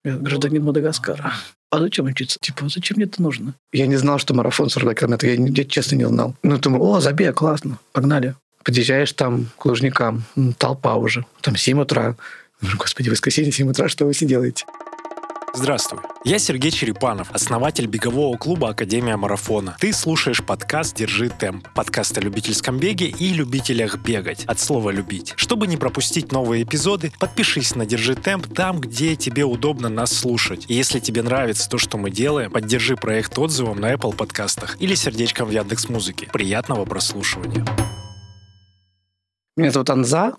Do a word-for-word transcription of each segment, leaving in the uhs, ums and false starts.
Я гражданин Мадагаскара. А зачем учиться? Типа, зачем мне это нужно? Я не знал, что марафон сорок два километра. Я, я честно не знал. Ну, думаю, о, забег, классно, погнали. Подъезжаешь там к Лужникам, толпа уже. Там семь утра. Господи, воскресенье, семь утра, что вы все делаете? Здравствуй, я Сергей Черепанов, основатель бегового клуба «Академия марафона». Ты слушаешь подкаст «Держи темп», подкаст о любительском беге и любителях бегать, от слова «любить». Чтобы не пропустить новые эпизоды, подпишись на «Держи темп» там, где тебе удобно нас слушать. И если тебе нравится то, что мы делаем, поддержи проект отзывом на Apple подкастах или сердечком в Яндекс.Музыке. Приятного прослушивания. Меня зовут Анза,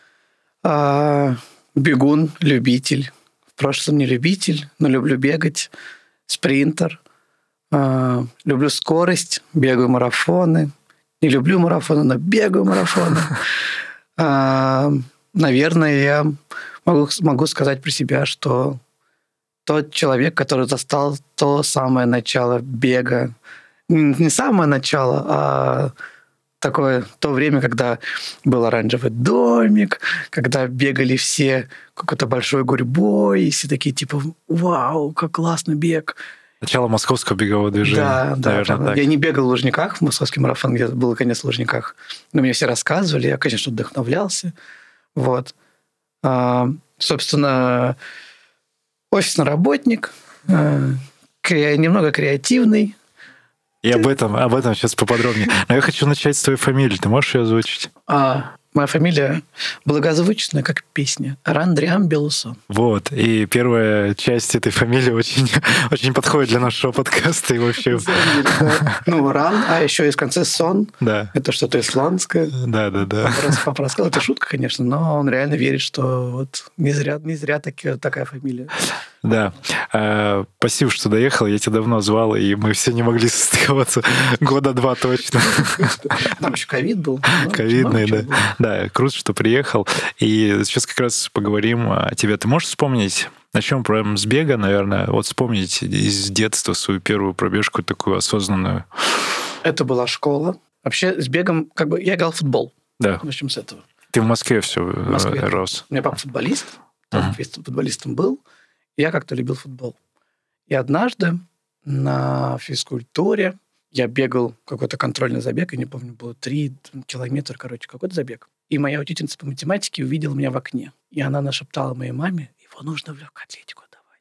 бегун, любитель. В прошлом не любитель, но люблю бегать, спринтер. Э, люблю скорость, бегаю марафоны. Не люблю марафоны, но бегаю марафоны. Э, наверное, я могу, могу сказать про себя, что тот человек, который застал то самое начало бега, не самое начало, а такое то время, когда был оранжевый домик, когда бегали все какой-то большой гурьбой, и все такие типа «Вау, как классно бег!» Начало московского бегового движения. Да, да. Наверное, так. Я не бегал в Лужниках, в московский марафон, где был конец в Лужниках, но мне все рассказывали, я, конечно, вдохновлялся. Вот. А, собственно, офисный работник, а, кре- немного креативный. И об этом, об этом сейчас поподробнее. Но я хочу начать с твоей фамилии. Ты можешь ее озвучить? А, моя фамилия благозвучная, как песня. Рандриан Белусон. Вот. И первая часть этой фамилии очень, очень подходит для нашего подкаста. И вообще... Ну, Ран, а еще из конца Сон. Да. Это что-то исландское. Да, да, да. Папа рассказал, это шутка, конечно, но он реально верит, что вот не зря, не зря таки, такая фамилия. Да. А, спасибо, что доехал. Я тебя давно звал, и мы все не могли состыковаться года два точно. Там еще ковид был. Ковидный, да. Да, круто, что приехал. И сейчас как раз поговорим о тебе. Ты можешь вспомнить, начнем прямо с бега, наверное, вот вспомнить из детства свою первую пробежку, такую осознанную? Это была школа. Вообще с бегом, как бы, я играл в футбол. Да. Начнем с этого. Ты в Москве все В Москве. рос. У меня папа футболист, он uh-huh. футболистом был. Я как-то любил футбол. И однажды на физкультуре я бегал какой-то контрольный забег, я не помню, было три километра, короче, какой-то забег. И моя учительница по математике увидела меня в окне. И она нашептала моей маме, его нужно в легкую атлетику давать.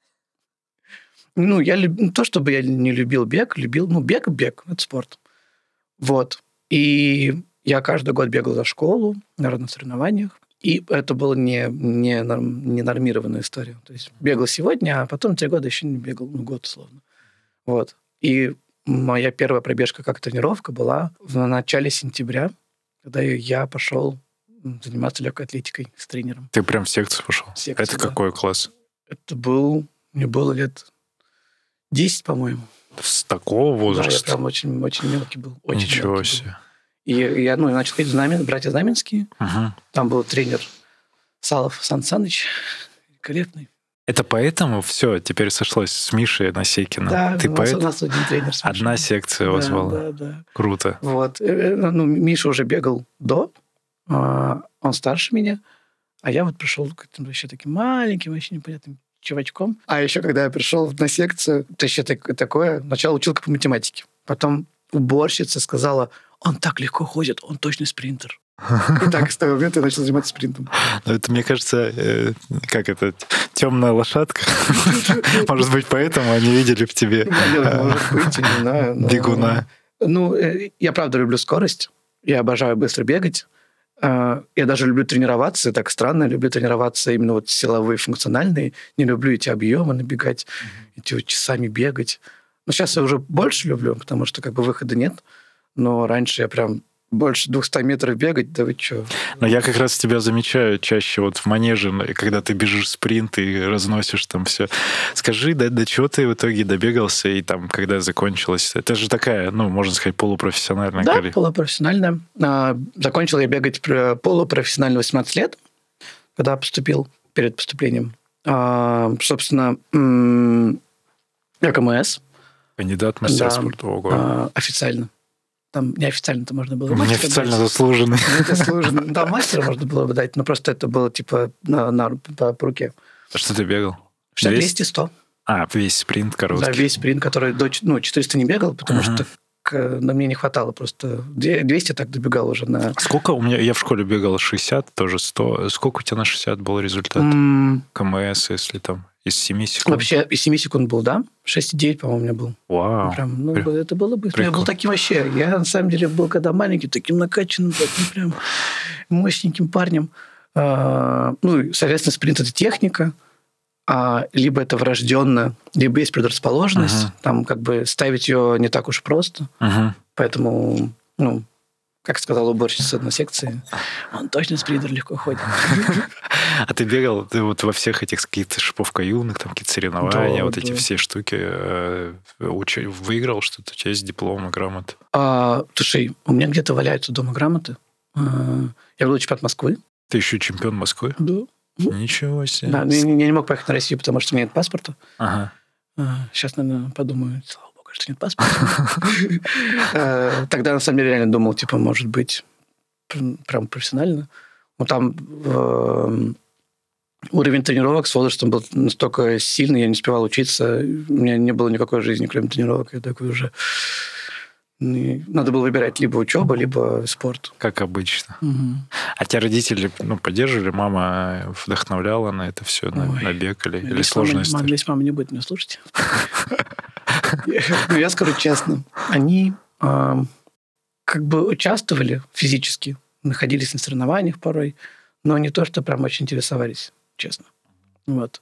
Ну, я люб... не то, чтобы я не любил бег, любил, ну, бег, бег, это спорт. Вот. И я каждый год бегал за школу на разных соревнованиях. И это была не, не, норм, не нормированная история. То есть бегал сегодня, а потом три года еще не бегал, ну, год условно. Вот. И моя первая пробежка как тренировка была в начале сентября, когда я пошел заниматься легкой атлетикой с тренером. Ты прям в секцию пошел? В секцию, это да. Какой класс? Это был... Мне было лет десять, по-моему. С такого возраста? Да, я прям очень, очень мелкий был. Очень Ничего мелкий себе. Был. И я ну, начал ходить в Знамен, братья Знаменские. Угу. Там был тренер Салов Сан Саныч, великолепный. Это поэтому все теперь сошлось с Мишей Насекиным? Да, ты у, поэт? нас, у нас один тренер. Одна секция у вас да, была? Да, да. Круто. Вот. Ну, Миша уже бегал до, он старше меня, а я вот пришел каким-то вообще таким маленьким, вообще непонятным чувачком. А еще, когда я пришел на секцию, то еще такое, сначала училка по математике, потом уборщица сказала, он так легко ходит, он точно спринтер. И так с того момента я начал заниматься спринтом. Ну, это, мне кажется, э, как это, темная лошадка. Может быть, поэтому они видели в тебе бегуна. Ну, я правда люблю скорость. Я обожаю быстро бегать. Я даже люблю тренироваться. Так странно, люблю тренироваться именно вот силовые, функциональные. Не люблю эти объемы набегать, эти вот часами бегать. Но сейчас я уже больше люблю, потому что как бы выхода нет. Но раньше я прям больше двухсот метров бегать, да вы чё? Но я как раз тебя замечаю чаще вот в манеже, когда ты бежишь спринт и разносишь там все. Скажи, до, до чего ты в итоге добегался и там, когда закончилось? Это же такая, ну, можно сказать, полупрофессиональная да, карьера. Да, полупрофессиональная. А, закончил я бегать полупрофессионально восемнадцать лет, когда поступил, перед поступлением. А, собственно, ЭКМС. Кандидат в мастера да, спорта. Ого. А, официально. Там неофициально-то можно было... Неофициально заслуженный. Заслуженный. Там мастера можно было бы дать, но просто это было типа на, на, по, по руке. А что ты бегал? шестьдесят, двести, сто. А, весь спринт короткий. Да, весь спринт, который до ну, четыреста не бегал, потому uh-huh. что к, на мне не хватало просто. двести так добегал уже на... Сколько у меня... Я в школе бегал шестьдесят, тоже сто. Сколько у тебя на шестьдесят был результат? Mm. КМС, если там из семи секунд? Вообще из семи секунд был, да. шесть девять, по-моему, у меня был. Вау. Прям, ну, При... это было быстро. Прикольно. Я был таким вообще... Я, на самом деле, был когда маленький, таким накачанным, таким прям мощненьким парнем. А, ну, соответственно, спринт – это техника. А, либо это врожденно, либо есть предрасположенность. Uh-huh. Там как бы ставить ее не так уж просто. Uh-huh. Поэтому, ну, как сказала уборщица на секции, он точно спринтер, легко ходит. А ты бегал ты вот во всех этих каких-то шиповка юных, там какие-то соревнования, да, вот да. эти все штуки, выиграл что-то? У тебя есть дипломы, грамоты? А, слушай, у меня где-то валяются дома грамоты. Я был чемпионат Москвы. Ты еще чемпион Москвы? Да. Ничего себе. Да, я не мог поехать на Россию, потому что у меня нет паспорта. Ага. Сейчас, наверное, подумаю, слава богу, что нет паспорта. Тогда, на самом деле, реально думал, типа, может быть, прям профессионально. Но там уровень тренировок с возрастом был настолько сильный, я не успевал учиться, у меня не было никакой жизни, кроме тренировок. Я такой уже... Надо было выбирать либо учеба, либо спорт. Как обычно. Угу. А тебя родители ну, поддерживали? Мама вдохновляла на это все, на, на бег? Или, или сложная история? Если мама не будет меня слушать. Ну, я скажу честно. Они как бы участвовали физически, находились на соревнованиях порой, но не то, что прям очень интересовались, честно. Вот.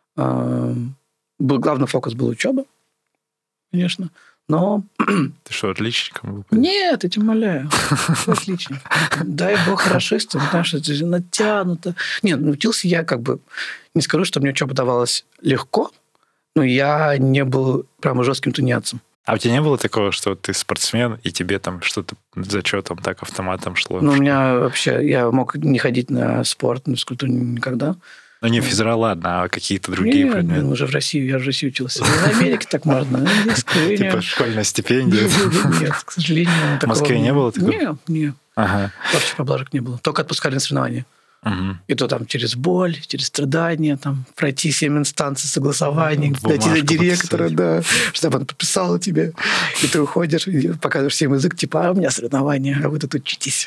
Главный фокус был учеба, конечно. Но... Ты что, отличником был? Нет, я тебя умоляю. Отличник. Дай бог хорошистом, потому что это же натянуто. Нет, учился я как бы... Не скажу, что мне учеба давалась легко, но я не был прямо жестким тунеядцем. А у тебя не было такого, что ты спортсмен, и тебе там что-то зачетом так автоматом шло? Ну, у меня вообще... Я мог не ходить на спорт, на физкультуру никогда. Ну, не физра, ладно, а какие-то другие Нет, предметы. Ну, уже в Россию, я в России учился. В Америке так можно. Типа школьная стипендия? Нет, к сожалению. В Москве не было такого? Нет, нет. Вообще поблажек не было. Только отпускали на соревнования. И то там через боль, через страдания, там пройти семь инстанций согласований, дойти до директора, да, чтобы он подписал тебе. И ты уходишь, и показываешь всем язык, типа, а у меня соревнования, а вы тут учитесь.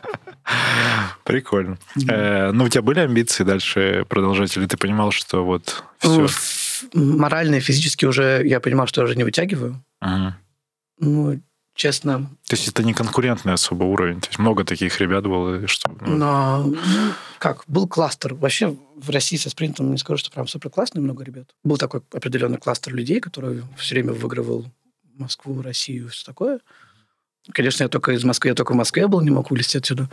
Прикольно. Mm-hmm. Э, ну, у тебя были амбиции дальше продолжать, или ты понимал, что вот все? Ну, морально и физически уже я понимал, что я уже не вытягиваю. Uh-huh. Ну, честно... То есть это не конкурентный особо уровень? То есть много таких ребят было? Что, ну... Но, ну, как, был кластер. Вообще в России со спринтом, не скажу, что прям супер классный много ребят. Был такой определенный кластер людей, который все время выигрывал Москву, Россию, все такое. Конечно, я только из Москвы, я только в Москве был, не мог вылезти отсюда.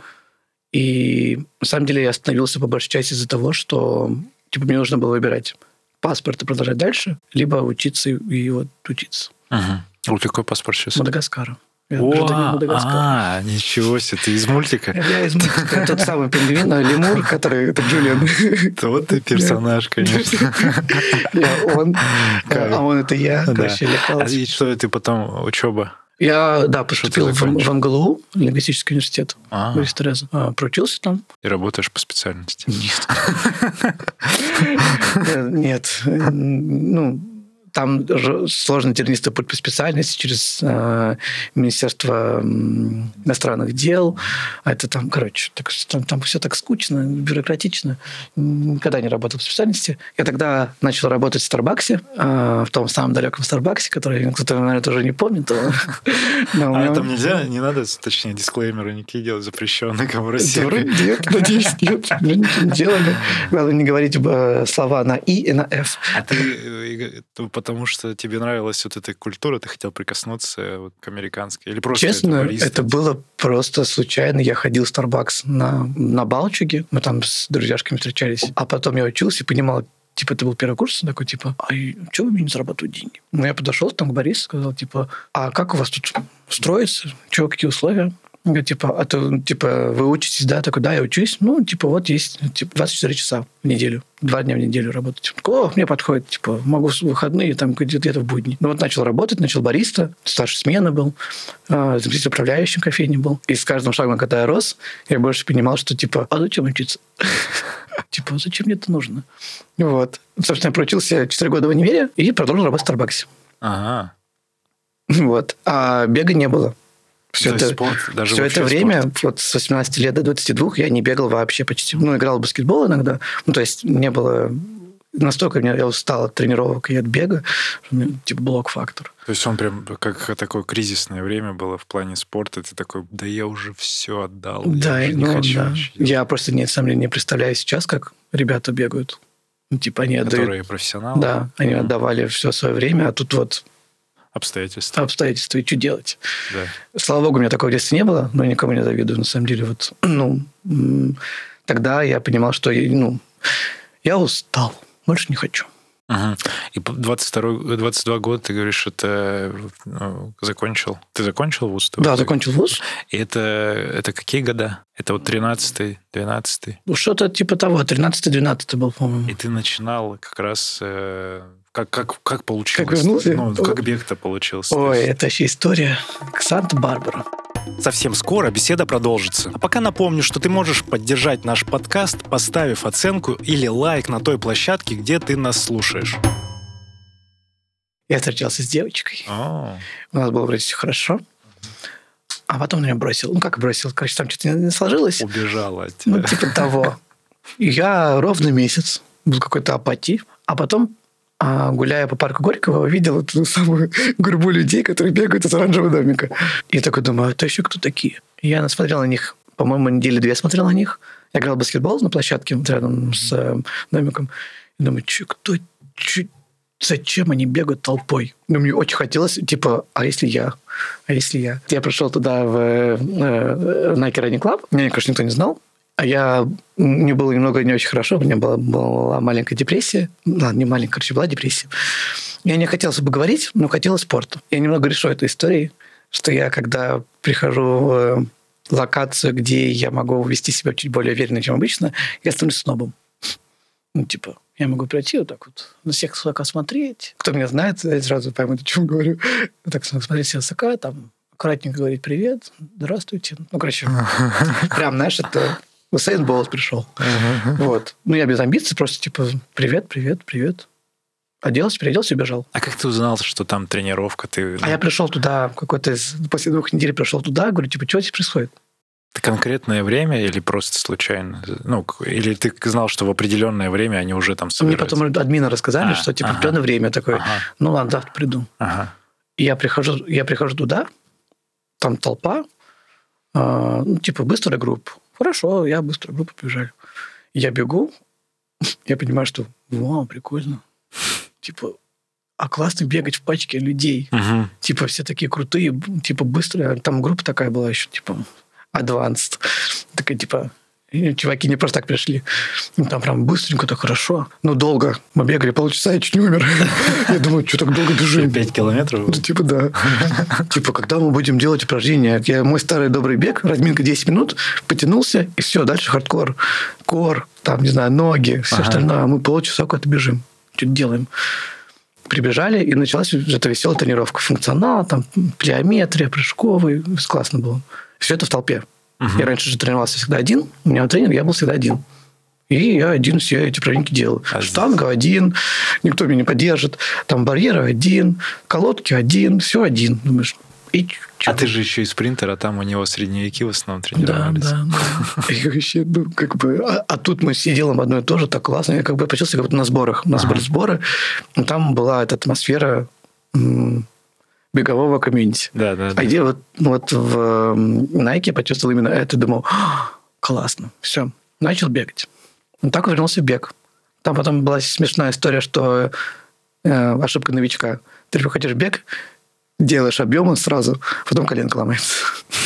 И на самом деле я остановился по большей части из-за того, что типа, мне нужно было выбирать паспорт и продолжать дальше, либо учиться и вот учиться. Угу. А какой паспорт сейчас? Мадагаскара. Я О, а, ничего себе, ты из мультика? Я из мультика. Тот самый пингвин, лемур, который... Это Джулиан. Вот ты персонаж, конечно. Я он, а он это я. А и что, ты потом учеба? Я, да, поступил в, в МГЛУ, лингвистический университет, а. в Листерезе. А, проучился там. И работаешь по специальности? Нет. Нет. Ну, там сложно тернистый путь по специальности через э, Министерство иностранных дел. А это там, короче, так, там, там все так скучно, бюрократично. Никогда не работал по специальности. Я тогда начал работать в Старбаксе, э, в том самом далеком Старбаксе, который кто-то, наверное, тоже не помнит. А там нельзя, не надо, точнее, дисклеймеры никакие делать, запрещенные, кому Россия? Нет, надеюсь, нет. Мы ничего не делали. Главное не говорить слова на «и» и на «ф». А ты... Потому что тебе нравилась вот эта культура, ты хотел прикоснуться вот к американской? Или просто Честно, это, это было просто случайно. Я ходил в Starbucks на, на Балчуге, мы там с друзьяшками встречались. А потом я учился и понимал, типа, это был первый курс, такой, типа, а что вы мне не зарабатываете деньги? Ну, я подошел там к Борису, сказал, типа, а как у вас тут устроиться? Что, какие условия? Он говорит, типа, а то, типа, вы учитесь, да? Такой, да, я учусь. Ну, типа, вот есть типа, двадцать четыре часа в неделю. Два дня в неделю работать. О, мне подходит. Типа, могу в выходные, там, где-то в будни. Ну, вот начал работать, начал бариста, старшей смены был, заместитель управляющим кофейни был. И с каждым шагом, когда я рос, я больше понимал, что, типа, а зачем учиться? Типа, зачем мне это нужно? Вот. Собственно, я проучился четыре года в универе и продолжил работать в Старбаксе. Ага. Вот. А бега не было. Все это, спорт, даже все это время, спорт. Вот с восемнадцати лет до двадцати двух я не бегал вообще почти. Ну, играл в баскетбол иногда. Ну, то есть не было... Настолько я устал от тренировок и от бега, что мне, типа, блок-фактор. То есть он прям как такое кризисное время было в плане спорта. Ты такой, да я уже все отдал. Да, я уже ну, не хочу да. Я просто, нет, сам не представляю сейчас, как ребята бегают. Ну, типа они отдают... Которые профессионалы? Да, они mm-hmm. отдавали все свое время, а тут вот... Обстоятельства. Обстоятельства, и что делать? Да. Слава богу, у меня такого в детстве не было, но никому не завидую. На самом деле, вот, ну, тогда я понимал, что ну, я устал, больше не хочу. Угу. И двадцать второй, двадцать два года, ты говоришь, это ну, закончил. Ты закончил вуз? Да, ты... закончил вуз. И это, это какие года? Это вот тринадцатый, двенадцатый? Ну, что-то типа того, тринадцатый-двенадцатый был, по-моему. И ты начинал как раз... Как, как, как получилось? Как вернулся? Ну, как бег-то получился? Ой, это вообще история Санта-Барбара. Совсем скоро беседа продолжится. А пока напомню, что ты можешь поддержать наш подкаст, поставив оценку или лайк на той площадке, где ты нас слушаешь. Я встречался с девочкой. Oh. У нас было вроде все хорошо. А потом он меня бросил. Ну, как бросил? Короче, там что-то не сложилось. Убежала от тебя. Ну, типа того. Я ровно месяц был какой-то апатии. А потом... А гуляя по парку Горького, увидел эту самую гурьбу людей, которые бегают из оранжевого домика. И такой думаю, это еще кто такие? И я смотрел на них, по-моему, недели две смотрел на них. Я играл в баскетбол на площадке вот рядом с э, домиком. И думаю, че, кто, че, зачем они бегают толпой? Но мне очень хотелось, типа, а если я? А если я? Я пришел туда в э, Nike Running Club. Меня, конечно, никто не знал. А я... Мне было немного не очень хорошо. У меня была, была маленькая депрессия. Да, не маленькая, короче, была депрессия. Я не хотел бы говорить, но хотел спорта. Я немного решу этой историей, что я, когда прихожу в локацию, где я могу вести себя чуть более уверенно, чем обычно, я становлюсь снобом. Ну, типа, я могу прийти вот так вот, на всех высоко смотреть. Кто меня знает, я сразу поймут, о чем говорю. Так смотреть все высоко, там, аккуратненько говорить «привет», «здравствуйте». Ну, короче, прям, знаешь, это... Усейн Болт пришел. Uh-huh. Вот. Ну, я без амбиций, просто типа привет, привет, привет. Оделся, переоделся и бежал. А как ты узнал, что там тренировка? Ты... А я пришел туда, какой-то из... После двух недель пришел туда, говорю, типа, что здесь происходит? Это конкретное время или просто случайно? Ну, или ты знал, что в определенное время они уже там собираются? Мне потом админы рассказали, а, что типа ага. определенное время такое. Ага. Ну ладно, завтра приду. Ага. И я прихожу, я прихожу туда, там толпа, э, ну, типа быстрая группа. Хорошо, я быстро группу побежали. Я бегу, я понимаю, что вау, прикольно. Типа, а классно бегать в пачке людей. Угу. Типа, все такие крутые, типа, быстрые. Там группа такая была еще, типа, advanced. Такая, типа, чуваки не просто так пришли. Там прям быстренько, так хорошо. Но долго. Мы бегали полчаса, я чуть не умер. Я думаю, что так долго бежим? Пять километров? Типа, да. Типа, когда мы будем делать упражнения? Я мой старый добрый бег, разминка десять минут, потянулся, и все, дальше хардкор. Кор, там, не знаю, ноги, все остальное. Мы полчаса куда-то бежим. Что-то делаем. Прибежали, и началась эта веселая тренировка. Функционал, там, плеометрия, прыжковый. Классно было. Все это в толпе. Uh-huh. Я раньше же тренировался всегда один. У меня тренер, я был всегда один. И я один все эти упражнения делал. А штанга один, никто меня не поддержит. Там барьеры один, колодки один, все один. Думаешь, и а ты же еще и спринтер, а там у него средневеки в основном тренировались. Да, да, да. И вообще, ну, как бы... А, а тут мы все делаем одно и то же, так классно. Я как бы почувствовал, как будто на сборах. У нас ага. были сборы. Там была эта атмосфера... М- бегового комьюнити. Да, да, да. А где вот, вот в Nike я почувствовал именно это, думал, классно, все, начал бегать. Вот так вернулся в бег. Там потом была смешная история, что э, ошибка новичка. Ты приходишь в бег, делаешь объемы сразу, потом коленка ломается.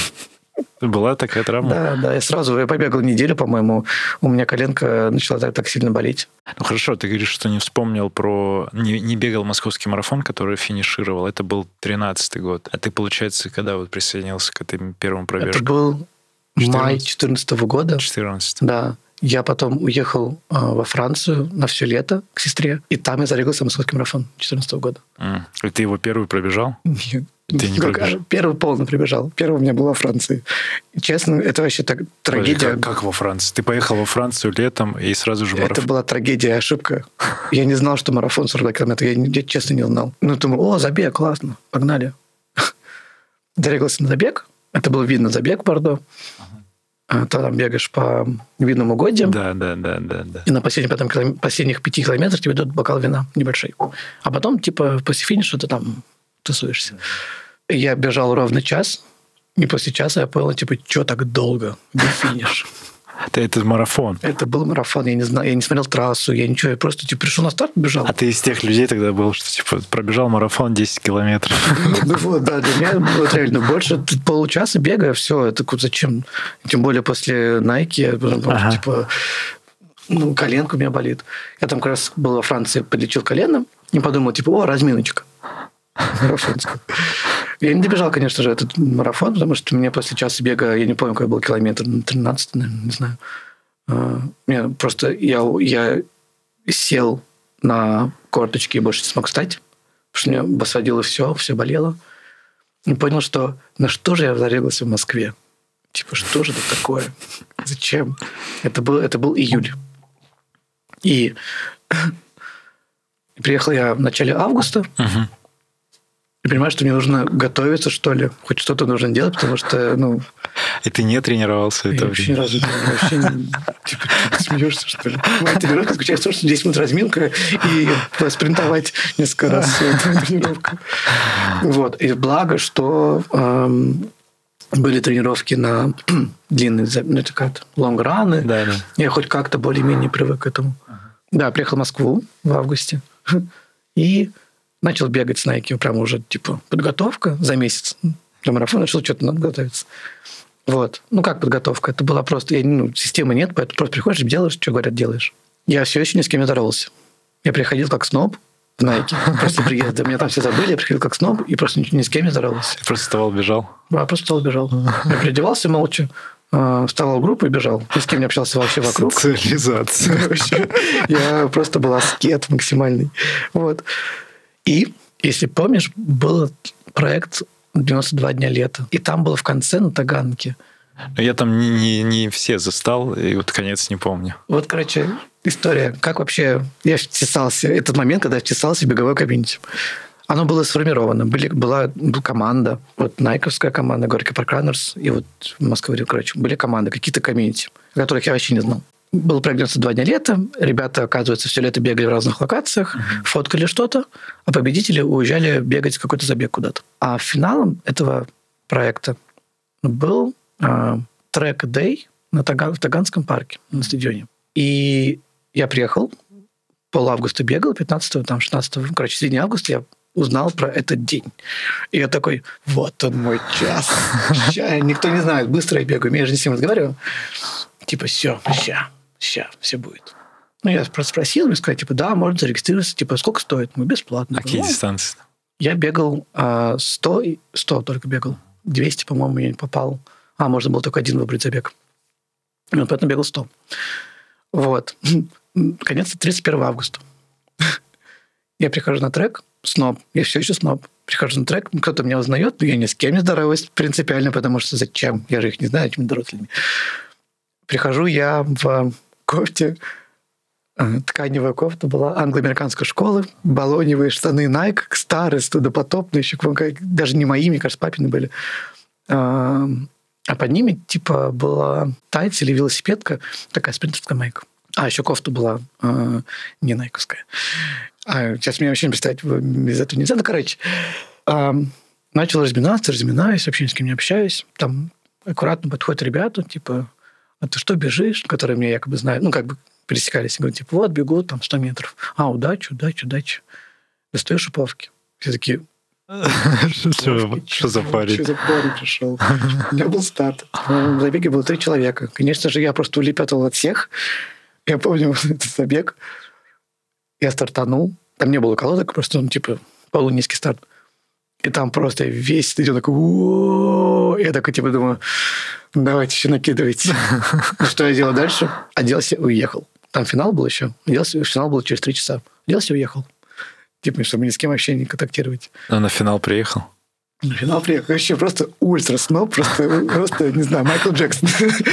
Была такая травма? Да, да. Я сразу, я побегал неделю, по-моему, у меня коленка начала так, так сильно болеть. Ну хорошо, ты говоришь, что не вспомнил про... Не, не бегал московский марафон, который финишировал. Это был тринадцатый год. А ты, получается, когда вот присоединился к этим первым пробежкам? Это был май четырнадцатого года. четырнадцатого. Да. Я потом уехал э, во Францию на все лето к сестре, и там я зарегался в московский марафон четырнадцатого года. Mm. И ты его первый пробежал? Нет. Ты не пробежал? Первый полный прибежал. Первый у меня был во Франции. Честно, это вообще так, трагедия. Как, как во Франции? Ты поехал во Францию летом и сразу же марафон? Это была трагедия, ошибка. Я не знал, что марафон сорок два километра. Я, я честно не знал. Ну, думаю, о, забег, классно, погнали. Зарегался на забег. Это был видно забег в Бордо. Ага. Ты там бегаешь по видным угодьям. Да, да, да, да, да. И на последних, потом, километр, последних пяти километрах тебе дают бокал вина небольшой. А потом, типа, после финиша ты там тусуешься. Я бежал ровно час. И после часа я понял, типа, что так долго? Где финиш? Это, это марафон. Это был марафон, я не знаю, я не смотрел трассу, я ничего, я просто типа пришел на старт, бежал. А ты из тех людей тогда был, что типа пробежал марафон десять километров? Ну вот, да, для меня было реально больше получаса бегая, все, это зачем? Тем более после Nike, типа, ну, коленка у меня болит. Я там как раз был во Франции, подлечил колено и подумал, типа, о, разминочка. Марафонскую. Я не добежал, конечно же, этот марафон, потому что мне после часа бега, я не помню, какой был километр, тринадцать, наверное, не знаю. Мне просто я, я сел на корточки и больше не смог встать, потому что мне сводило все, все болело. И понял, что на что же я зарегался в Москве? Типа, что же это такое? Зачем? Это был, это был июль. И приехал я в начале августа. Uh-huh. И понимаю, что мне нужно готовиться, что ли. Хоть что-то нужно делать, потому что, ну... И ты не тренировался? Это вообще ни разу не вообще не... Типа, ты смеешься, что ли? Моя тренировка заключается в том, что десять минут разминка и спринтовать несколько раз эту тренировку. Вот. И благо, что эм, были тренировки на длинные, ну, это как лонграны. Да, да. Я хоть как-то более-менее привык к этому. Ага. Да, приехал в Москву в августе. И... начал бегать с Nike, прямо уже, типа, подготовка за месяц до марафона, начал что-то надо готовиться. Вот. Ну, как подготовка? Это была просто... Я, ну, системы нет, поэтому просто приходишь, делаешь, что говорят, делаешь. Я все еще ни с кем не здоровался. Я приходил как сноб в Nike после приезда. Меня там все забыли, я приходил как сноб и просто ни с кем не здоровался. Ты просто вставал, бежал? Да, просто вставал, бежал. Я переодевался молча, вставал в группу и бежал. Ни с кем не общался вообще вокруг. Социализация. Я просто был аскет максимальный. Вот. И, если помнишь, был проект девяносто два дня лета. И там было в конце на Таганке. Я там не, не, не все застал, и вот конец не помню. Вот, короче, история. Как вообще я втесался, этот момент, когда я втесался в беговой комьюнити. Оно было сформировано. Были, была, была команда, вот найковская команда, Горький Парк Раннерс, и вот в Москве, короче, были команды, какие-то комьюнити, о которых я вообще не знал. Был проект девяносто два дня лета. Ребята, оказывается, все лето бегали в разных локациях, uh-huh. фоткали что-то, а победители уезжали бегать в какой-то забег куда-то. А финалом этого проекта был э, трек-дэй на Таган, в Таганском парке, на стадионе. И я приехал, пол-августа бегал, пятнадцатого, там, шестнадцатого, короче, в середине августа я узнал про этот день. И я такой, вот он мой час. Ща. Никто не знает, быстро я бегаю, я же не с ним разговариваю. Типа, все, ща. Сейчас все будет. Ну, я просто спросил, мне сказали, типа, да, можно зарегистрироваться. Типа, сколько стоит? Мы бесплатно. Какие ну, дистанции? Я бегал а, сто, сто только бегал. двести, по-моему, я не попал. А, можно было только один выбрать забег. И вот поэтому бегал сто. Вот. Конец тридцать первого августа. Я прихожу на трек, сноб. Я все еще сноб. Прихожу на трек, кто-то меня узнает, но я ни с кем не здороваюсь принципиально, потому что зачем? Я же их не знаю, этими взрослыми. Прихожу я в кофте, тканевая кофта была англо-американской школы, балоневые штаны Nike, старые, студопотопные, еще даже не мои, мне кажется, папины были. А под ними типа была тайц или велосипедка, такая спринтерская майка. А еще кофта была не найковская. А сейчас мне вообще не представить, без этого нельзя. Ну, короче, начал разминаться, разминаюсь, вообще ни с кем не общаюсь. Там аккуратно подходят ребята, типа... а ты что бежишь, которые меня якобы знают, ну, как бы пересекались, и говорят, типа, вот, бегу там сто метров. А, удачи, удачи, удачи. Достаю шиповки. Все такие... Что за парень? Что за парень пришел? У меня был старт. В забеге было три человека. Конечно же, я просто улепетывал от всех. Я помню этот забег. Я стартанул. Там не было колодок, просто, ну, типа, полунизкий старт. И там просто весь стадион такой... Я такой, типа, думаю... Давайте еще накидывайте. Что я делал дальше? Оделся и уехал. Там финал был еще. Оделся, финал был через три часа. Оделся и уехал. Типа, чтобы ни с кем вообще не контактировать. А на финал приехал? На финал приехал вообще просто ультра сноб, просто, просто, не знаю, Майкл Джексон.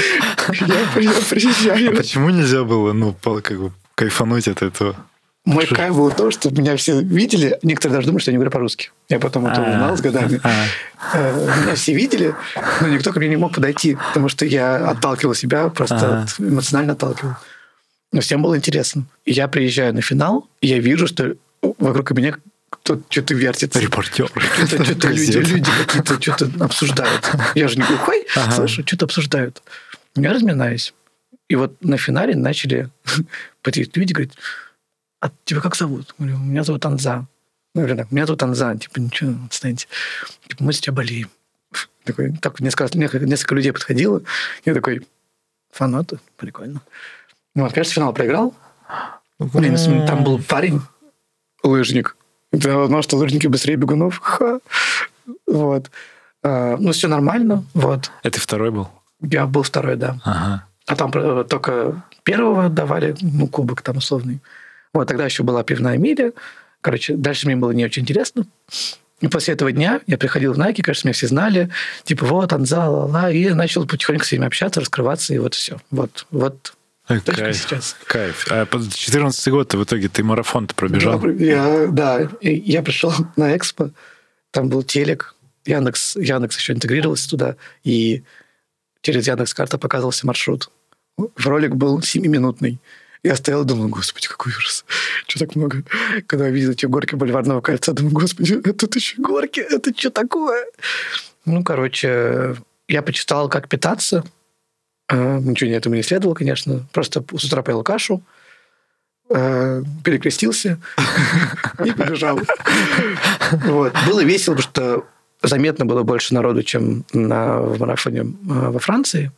Я приезжаю. А почему нельзя было, ну, как бы кайфануть от этого? Мой кайф был то, что меня все видели. Некоторые даже думали, что я не говорю по-русски. Я потом это узнал с годами. Меня все видели, но никто ко мне не мог подойти, потому что я отталкивал себя, просто эмоционально отталкивал. Но всем было интересно. И я приезжаю на финал, и я вижу, что вокруг меня кто-то что-то вертится. Репортер. Что-то, что-то люди, люди какие-то что-то обсуждают. Я же не глухой, ага. слышу, что-то обсуждают. Я разминаюсь. И вот на финале начали подъехать люди, говорят, а тебя как зовут? Я говорю, меня зовут Анза. Ну, говорю, так, меня зовут Анза. Типа, ничего, отстаньте. Типа, мы с тебя болеем. Такой, так несколько, несколько людей подходило. Я такой, фанаты, прикольно. Ну, вот, конечно, финал проиграл. Блин, там был парень, лыжник. Я узнал, что лыжники быстрее бегунов. Ха. Вот. А, ну, все нормально. Вот. Это второй был? Я был второй, да. Ага. А там только первого давали, ну, кубок там условный. Вот, тогда еще была пивная миля. Короче, дальше мне было не очень интересно. И после этого дня я приходил в Nike, кажется, меня все знали. Типа, вот, Анза, ла-ла. И я начал потихоньку с ними общаться, раскрываться, и вот все. Вот, вот. Кайф, сейчас. Кайф. А под четырнадцатый год в итоге ты марафон-то пробежал? Да, я, да, я пришел на Экспо, там был телек, Яндекс, Яндекс еще интегрировался туда, и через Яндекс.Карта показывался маршрут. Ролик был семиминутный. Я стоял и думал, господи, какой ужас. Что так много? Когда я видел эти горки Бульварного кольца, думаю, господи, тут еще горки, это что такое? Ну, короче, я почитал, как питаться. Ничего этому не следовало, конечно. Просто с утра поел кашу, перекрестился и побежал. Вот. Было весело, потому что заметно было больше народу, чем на, в марафоне во Франции.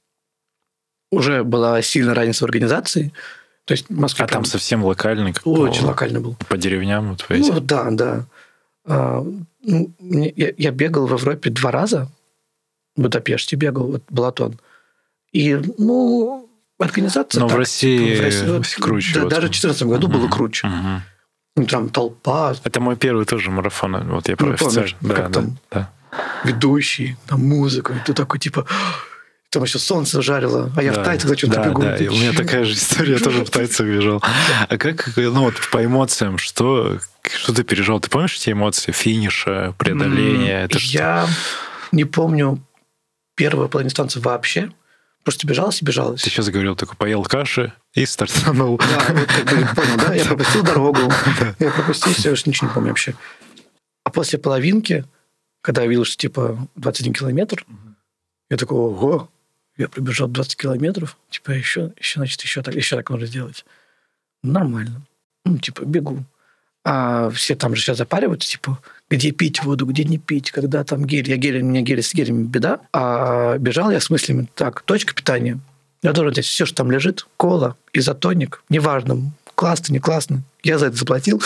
Уже была сильная разница в организации. То есть в Москве а там, там совсем локальный? Как очень по, локальный был. По деревням? Вот, ну, да, да. А, ну, я, я бегал в Европе два раза. В Будапеште бегал, вот, Балатон. И, ну, организация... Но так, в России, в России вот, круче. Да, вот. даже в две тысячи четырнадцатом году угу, было круче. Угу. Ну, там толпа. Это мой первый тоже марафон. Вот я ну, про помнишь, да, как да, там да. ведущий, там музыка. И ты такой, типа... Там еще солнце жарило, а я да, в тайцах что-то да, бегу. Да, и у меня такая же история, я тоже в тайцах бежал. А как, ну вот по эмоциям, что, что ты переживал? Ты помнишь эти эмоции финиша, преодоления? Это я не помню первую половину дистанции вообще. Просто бежалась и бежалась. Ты сейчас говорил, такой поел каши и стартанул. Да, вот как бы понял, да? Я пропустил дорогу, я пропустил, я уж ничего не помню вообще. А после половинки, когда я видел, что типа двадцать один километр, я такой, ого, я пробежал двадцать километров, типа еще, еще значит, еще так, еще так можно сделать. Нормально. Ну, типа, бегу. А все там же сейчас запариваются, типа, где пить воду, где не пить, когда там гель. Я гель, у меня гель с гелями беда. А бежал я с мыслями, так, точка питания. Я должен взять все, что там лежит, кола, изотоник, неважно, классно, не классно. Я за это заплатил.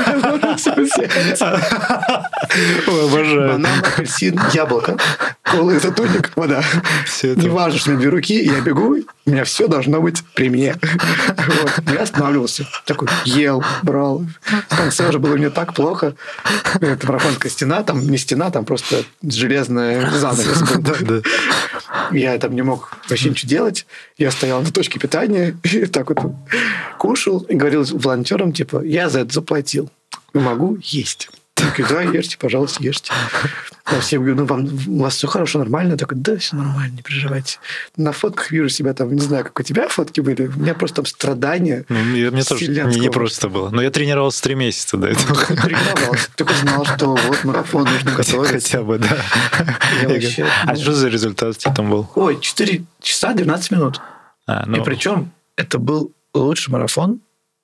Обожаю. Банан, апельсин, яблоко, кола, изотоник, вода. Не важно, что у меня две руки, я бегу, у меня все должно быть при мне. Я останавливался. Такой ел, брал. В конце уже было мне так плохо. Это марафонская стена, там не стена, там просто железная занавес был. Я там не мог вообще ничего делать. Я стоял на точке питания и так вот кушал и говорил волонтерам, типа, я за это заплатил. Могу есть. Такой, да, ешьте, пожалуйста, ешьте. Я всем говорю, ну, вам, у вас все хорошо, нормально? Я такой, да, все нормально, не переживайте. На фотках вижу себя там, не знаю, как у тебя фотки были. У меня просто там страдания. Ну, мне мне тоже не, не просто было. Но я тренировался три месяца до этого. Ты тренировался. Ты хоть знал, что вот марафон нужно готовиться. Хотя бы, да. Вообще, а ну... что за результат у тебя там был? Ой, четыре часа двенадцать минут. А, ну... И причем это был лучший марафон.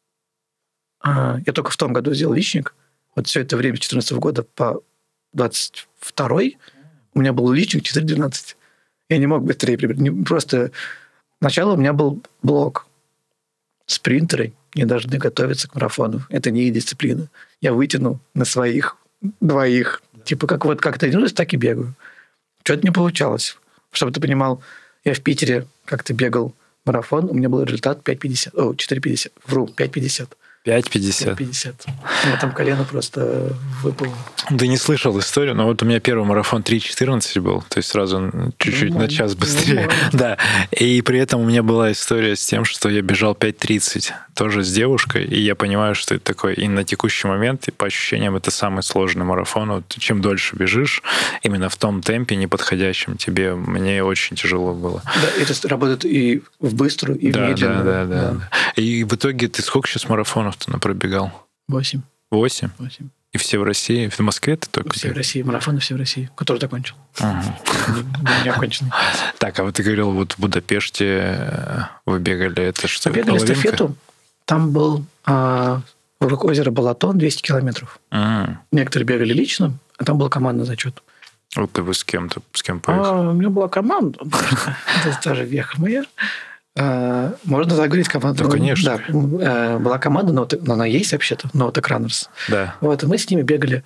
Я только в том году сделал личник. Вот все это время, с две тысячи четырнадцатого года по двадцать второй, у меня был личник четыре двенадцать. Я не мог быстрее прибежать. Просто сначала у меня был блок. Спринтеры не должны готовиться к марафону. Это не их дисциплина. Я вытянул на своих двоих. Типа как вот как тренируюсь, так и бегаю. Что-то не получалось. Чтобы ты понимал, я в Питере как-то бегал марафон, у меня был результат пять пятьдесят. О, четыре пятьдесят. Вру, пять пятьдесят. пять пятьдесят. пять пятьдесят. У меня там колено просто выпало. Ты не слышал историю, но вот у меня первый марафон три четырнадцать был, то есть сразу чуть-чуть Нормально. на час быстрее. Нормально. Да, и при этом у меня была история с тем, что я бежал пять тридцать, тоже с девушкой, и я понимаю, что это такое. И на текущий момент, и по ощущениям, это самый сложный марафон. Вот чем дольше бежишь, именно в том темпе, неподходящем тебе, мне очень тяжело было. Да, это работает и в быструю, и да, в медленную. Да, да, да, да. И в итоге ты сколько сейчас марафонов ты пробегал? Восемь. Восемь? Восемь. И все в России? В Москве ты только? Все в России. Марафоны все в России. Который закончил. Ага. Не оконченный. Так, а вот ты говорил, вот в Будапеште вы бегали, это что? Побегали эстафету. Там был а, вокруг озера Балатон двести километров. А. Некоторые бегали лично, а там был командный зачет. Вот ты вы с кем-то, с кем поехали? А, у меня была команда. Это тоже веха моя. А, можно заговорить команду. Да, конечно. Да, была команда, но она есть вообще-то, Novatek Runners. Да. Вот, и мы с ними бегали,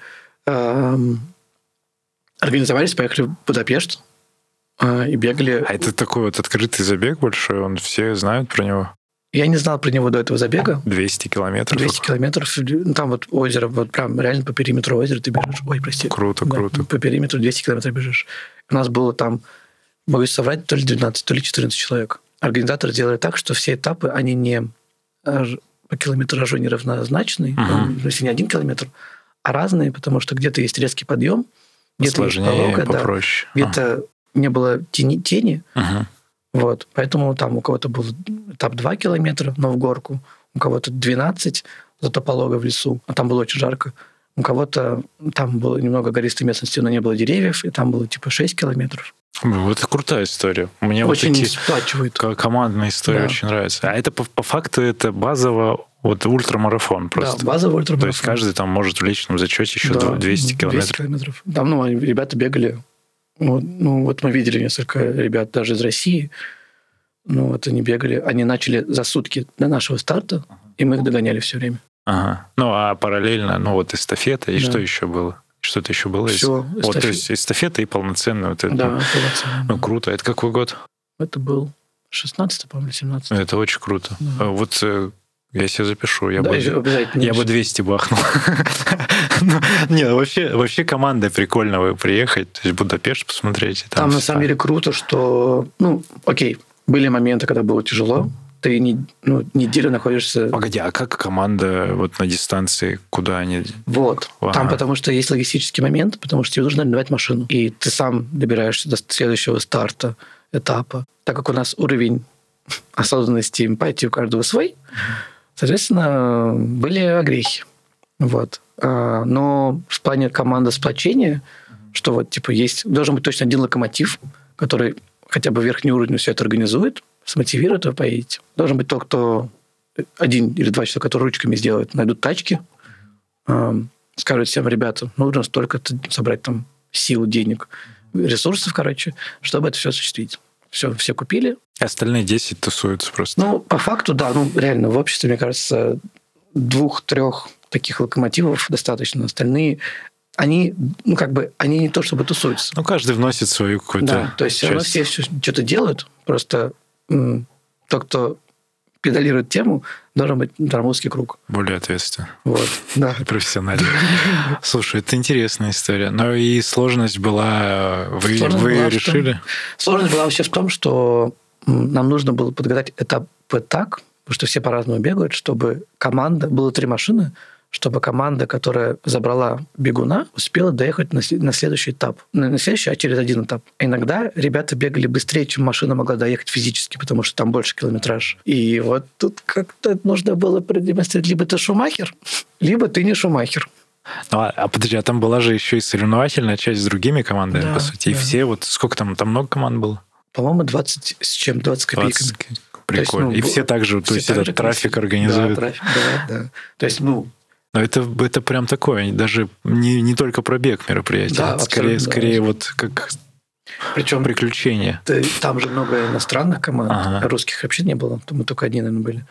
организовались, поехали в Будапешт и бегали. А это такой вот открытый забег большой, он все знают про него? Я не знал про него до этого забега. двести километров? двести километров. Там вот озеро, вот прям реально по периметру озера ты бежишь. Ой, прости. Круто, да, круто. По периметру двести километров бежишь. У нас было там, могу соврать, то ли двенадцать, то ли четырнадцать человек. Организаторы сделали так, что все этапы, они не по километражу неравнозначные, uh-huh. если не один километр, а разные, потому что где-то есть резкий подъем, где-то есть пологая, попроще. Да, где-то uh-huh. не было тени, тени uh-huh. вот, поэтому там у кого-то был этап два километра, но в горку, у кого-то двенадцать, зато полога в лесу, а там было очень жарко. У кого-то там было немного гористой местности, но не было деревьев, и там было типа шесть километров. Вот это крутая история. Мне очень вот эти сплачивает. Командные истории да. очень нравятся. А это по, по факту это базово вот ультрамарафон просто. Да, базовый ультрамарафон. То есть каждый там может в личном зачете еще да, двести километров. двести километров. Там, ну, ребята бегали. Ну, ну, вот мы видели несколько ребят даже из России. Ну, вот они бегали. Они начали за сутки до нашего старта, и мы их догоняли все время. Ага. Ну, а параллельно, ну, вот эстафета, и да. что еще было? Что-то еще было? Все. Вот, то есть эстафета и полноценная вот это. Да, полноценная. Ну, круто. Это какой год? Это был шестнадцатый, по-моему, семнадцатый. Это очень круто. Да. Вот я себе запишу. Я, да, бы, обязательно. я бы двести бахнул. Нет, вообще, вообще командой прикольно вы приехать, то есть Будапешт посмотреть. Там на самом деле круто, что... Ну, окей, были моменты, когда было тяжело. Ты не, ну, неделю находишься... Погоди, а как команда вот на дистанции, куда они... Вот. Ага. Там потому что есть логистический момент, потому что тебе нужно арендовать машину. И ты сам добираешься до следующего старта, этапа. Так как у нас уровень осознанности и эмпатии у каждого свой, соответственно, были огрехи. Вот. Но в плане команды сплочения, что вот типа есть... Должен быть точно один локомотив, который хотя бы верхний уровень все это организует, смотивирует, вы поедете. Должен быть тот, кто один или два человека, которые ручками сделают, найдут тачки, э, скажут всем ребятам, нужно столько-то собрать там сил, денег, ресурсов, короче, чтобы это все осуществить. Все, все купили. Остальные десять тусуются просто. Ну, по факту, да. Ну, реально, в обществе, мне кажется, двух-трех таких локомотивов достаточно. Остальные... Они, ну, как бы, они не то чтобы тусуются. Ну, каждый вносит свою какую-то Да, то есть все равно все что-то делают, просто м- тот, кто педалирует тему, должен быть Дармузский круг. Более ответственно. Вот, да. Профессионально. Слушай, это интересная история. Но и сложность была... Вы, сложность вы была ее решили? Том, сложность была вообще в том, что нам нужно было подготовить этапы так, потому что все по-разному бегают, чтобы команда... Было три машины, чтобы команда, которая забрала бегуна, успела доехать на, на следующий этап. Не на следующий, а через один этап. Иногда ребята бегали быстрее, чем машина могла доехать физически, потому что там больше километраж. И вот тут как-то нужно было продемонстрировать, либо ты Шумахер, либо ты не Шумахер. Ну, а, а подожди, а там была же еще и соревновательная часть с другими командами, да, по сути. И да. все, вот сколько там, там много команд было? По-моему, двадцать с чем, двадцать копейками. двадцать, прикольно. То есть, ну, и все также, то есть этот трафик организуют. Да, трафик, да, да. То есть, ну, но это, это прям такое, даже не, не только пробег мероприятия, да, скорее, скорее да. вот как Причем приключения. Там же много иностранных команд, ага. русских вообще не было, мы только одни, наверное, были.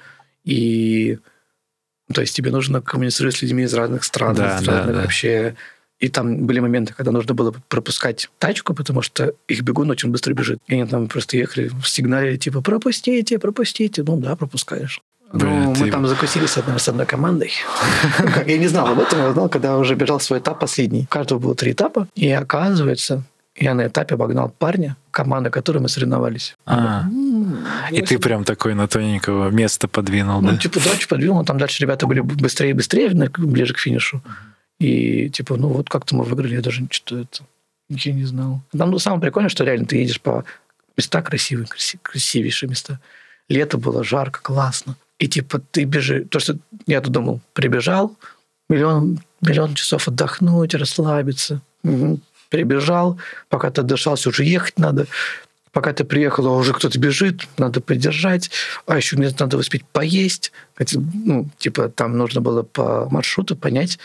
И то есть тебе нужно коммуницировать с людьми из разных стран, да, из да, разных да. вообще... И там были моменты, когда нужно было пропускать тачку, потому что их бегун очень быстро бежит. И они там просто ехали в сигнале, типа, пропустите, пропустите. Ну да, пропускаешь. Блин, ну, ты... мы там закусили с одной, с одной командой. Я не знал об этом, я узнал, когда уже бежал свой этап последний. У каждого было три этапа, и оказывается, я на этапе обогнал парня, команда которой мы соревновались. А, и ты прям такой на тоненького места подвинул, да? Ну, типа, да, подвинул, там дальше ребята были быстрее и быстрее, ближе к финишу. И, типа, ну, вот как-то мы выиграли, я даже что это... Я не знал. Там ну, самое прикольное, что реально ты едешь по места красивые, красив, красивейшие места. Лето было, жарко, классно. И типа ты бежишь... То, что я тут думал, прибежал, миллион, миллион часов отдохнуть, расслабиться. Угу. Прибежал, пока ты отдышался, уже ехать надо. Пока ты приехал, уже кто-то бежит, надо поддержать. А еще мне надо успеть поесть. Хотя, ну, типа там нужно было по маршруту понять,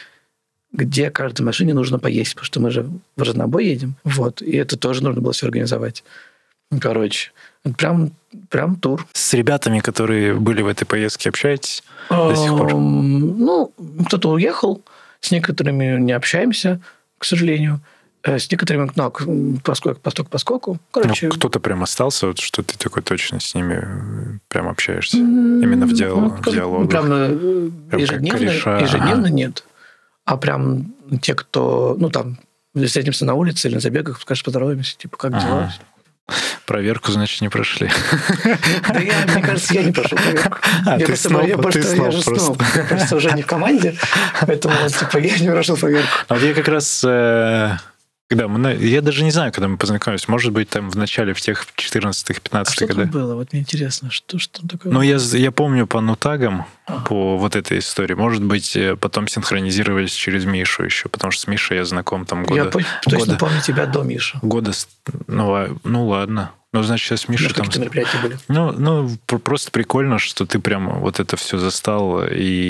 где каждой машине нужно поесть, потому что мы же в разнобой едем. Вот. И это тоже нужно было все организовать. Короче, прям, прям тур. С ребятами, которые были в этой поездке, общаетесь до сих пор? Ну, кто-то уехал, с некоторыми не общаемся, к сожалению. С некоторыми, ну, поскольку, поскольку, поскольку. Короче, ну, кто-то прям остался, вот, что ты такой точно с ними прям общаешься? Именно в, диалог, ну, в диалогах? Прям, прям ежедневно, ежедневно ага. нет. А прям те, кто, ну, там, встретимся на улице или на забегах, скажешь, поздороваемся, типа, как ага. дела? Проверку, значит, не прошли. Да я, мне кажется, я не прошел проверку. А, я ты сноб, я просто, ты сноб я же просто. сноб. Я просто уже не в команде, поэтому, типа, я не прошел проверку. А вот я как раз... Э... Когда мы, я даже не знаю, когда мы познакомились. Может быть, там в начале, в тех четырнадцатых-пятнадцатых годах. А годах. что там было? Вот мне интересно, что, что там такое? Ну, я, я помню по нутагам, а. по вот этой истории. Может быть, потом синхронизировались через Мишу еще, потому что с Мишей я знаком там года... Я по- точно года, помню тебя до Миши. Года... Ну, ну ладно. Ну, значит, сейчас Миша там... Какие-то мероприятия были? Ну, ну, просто прикольно, что ты прям вот это все застал,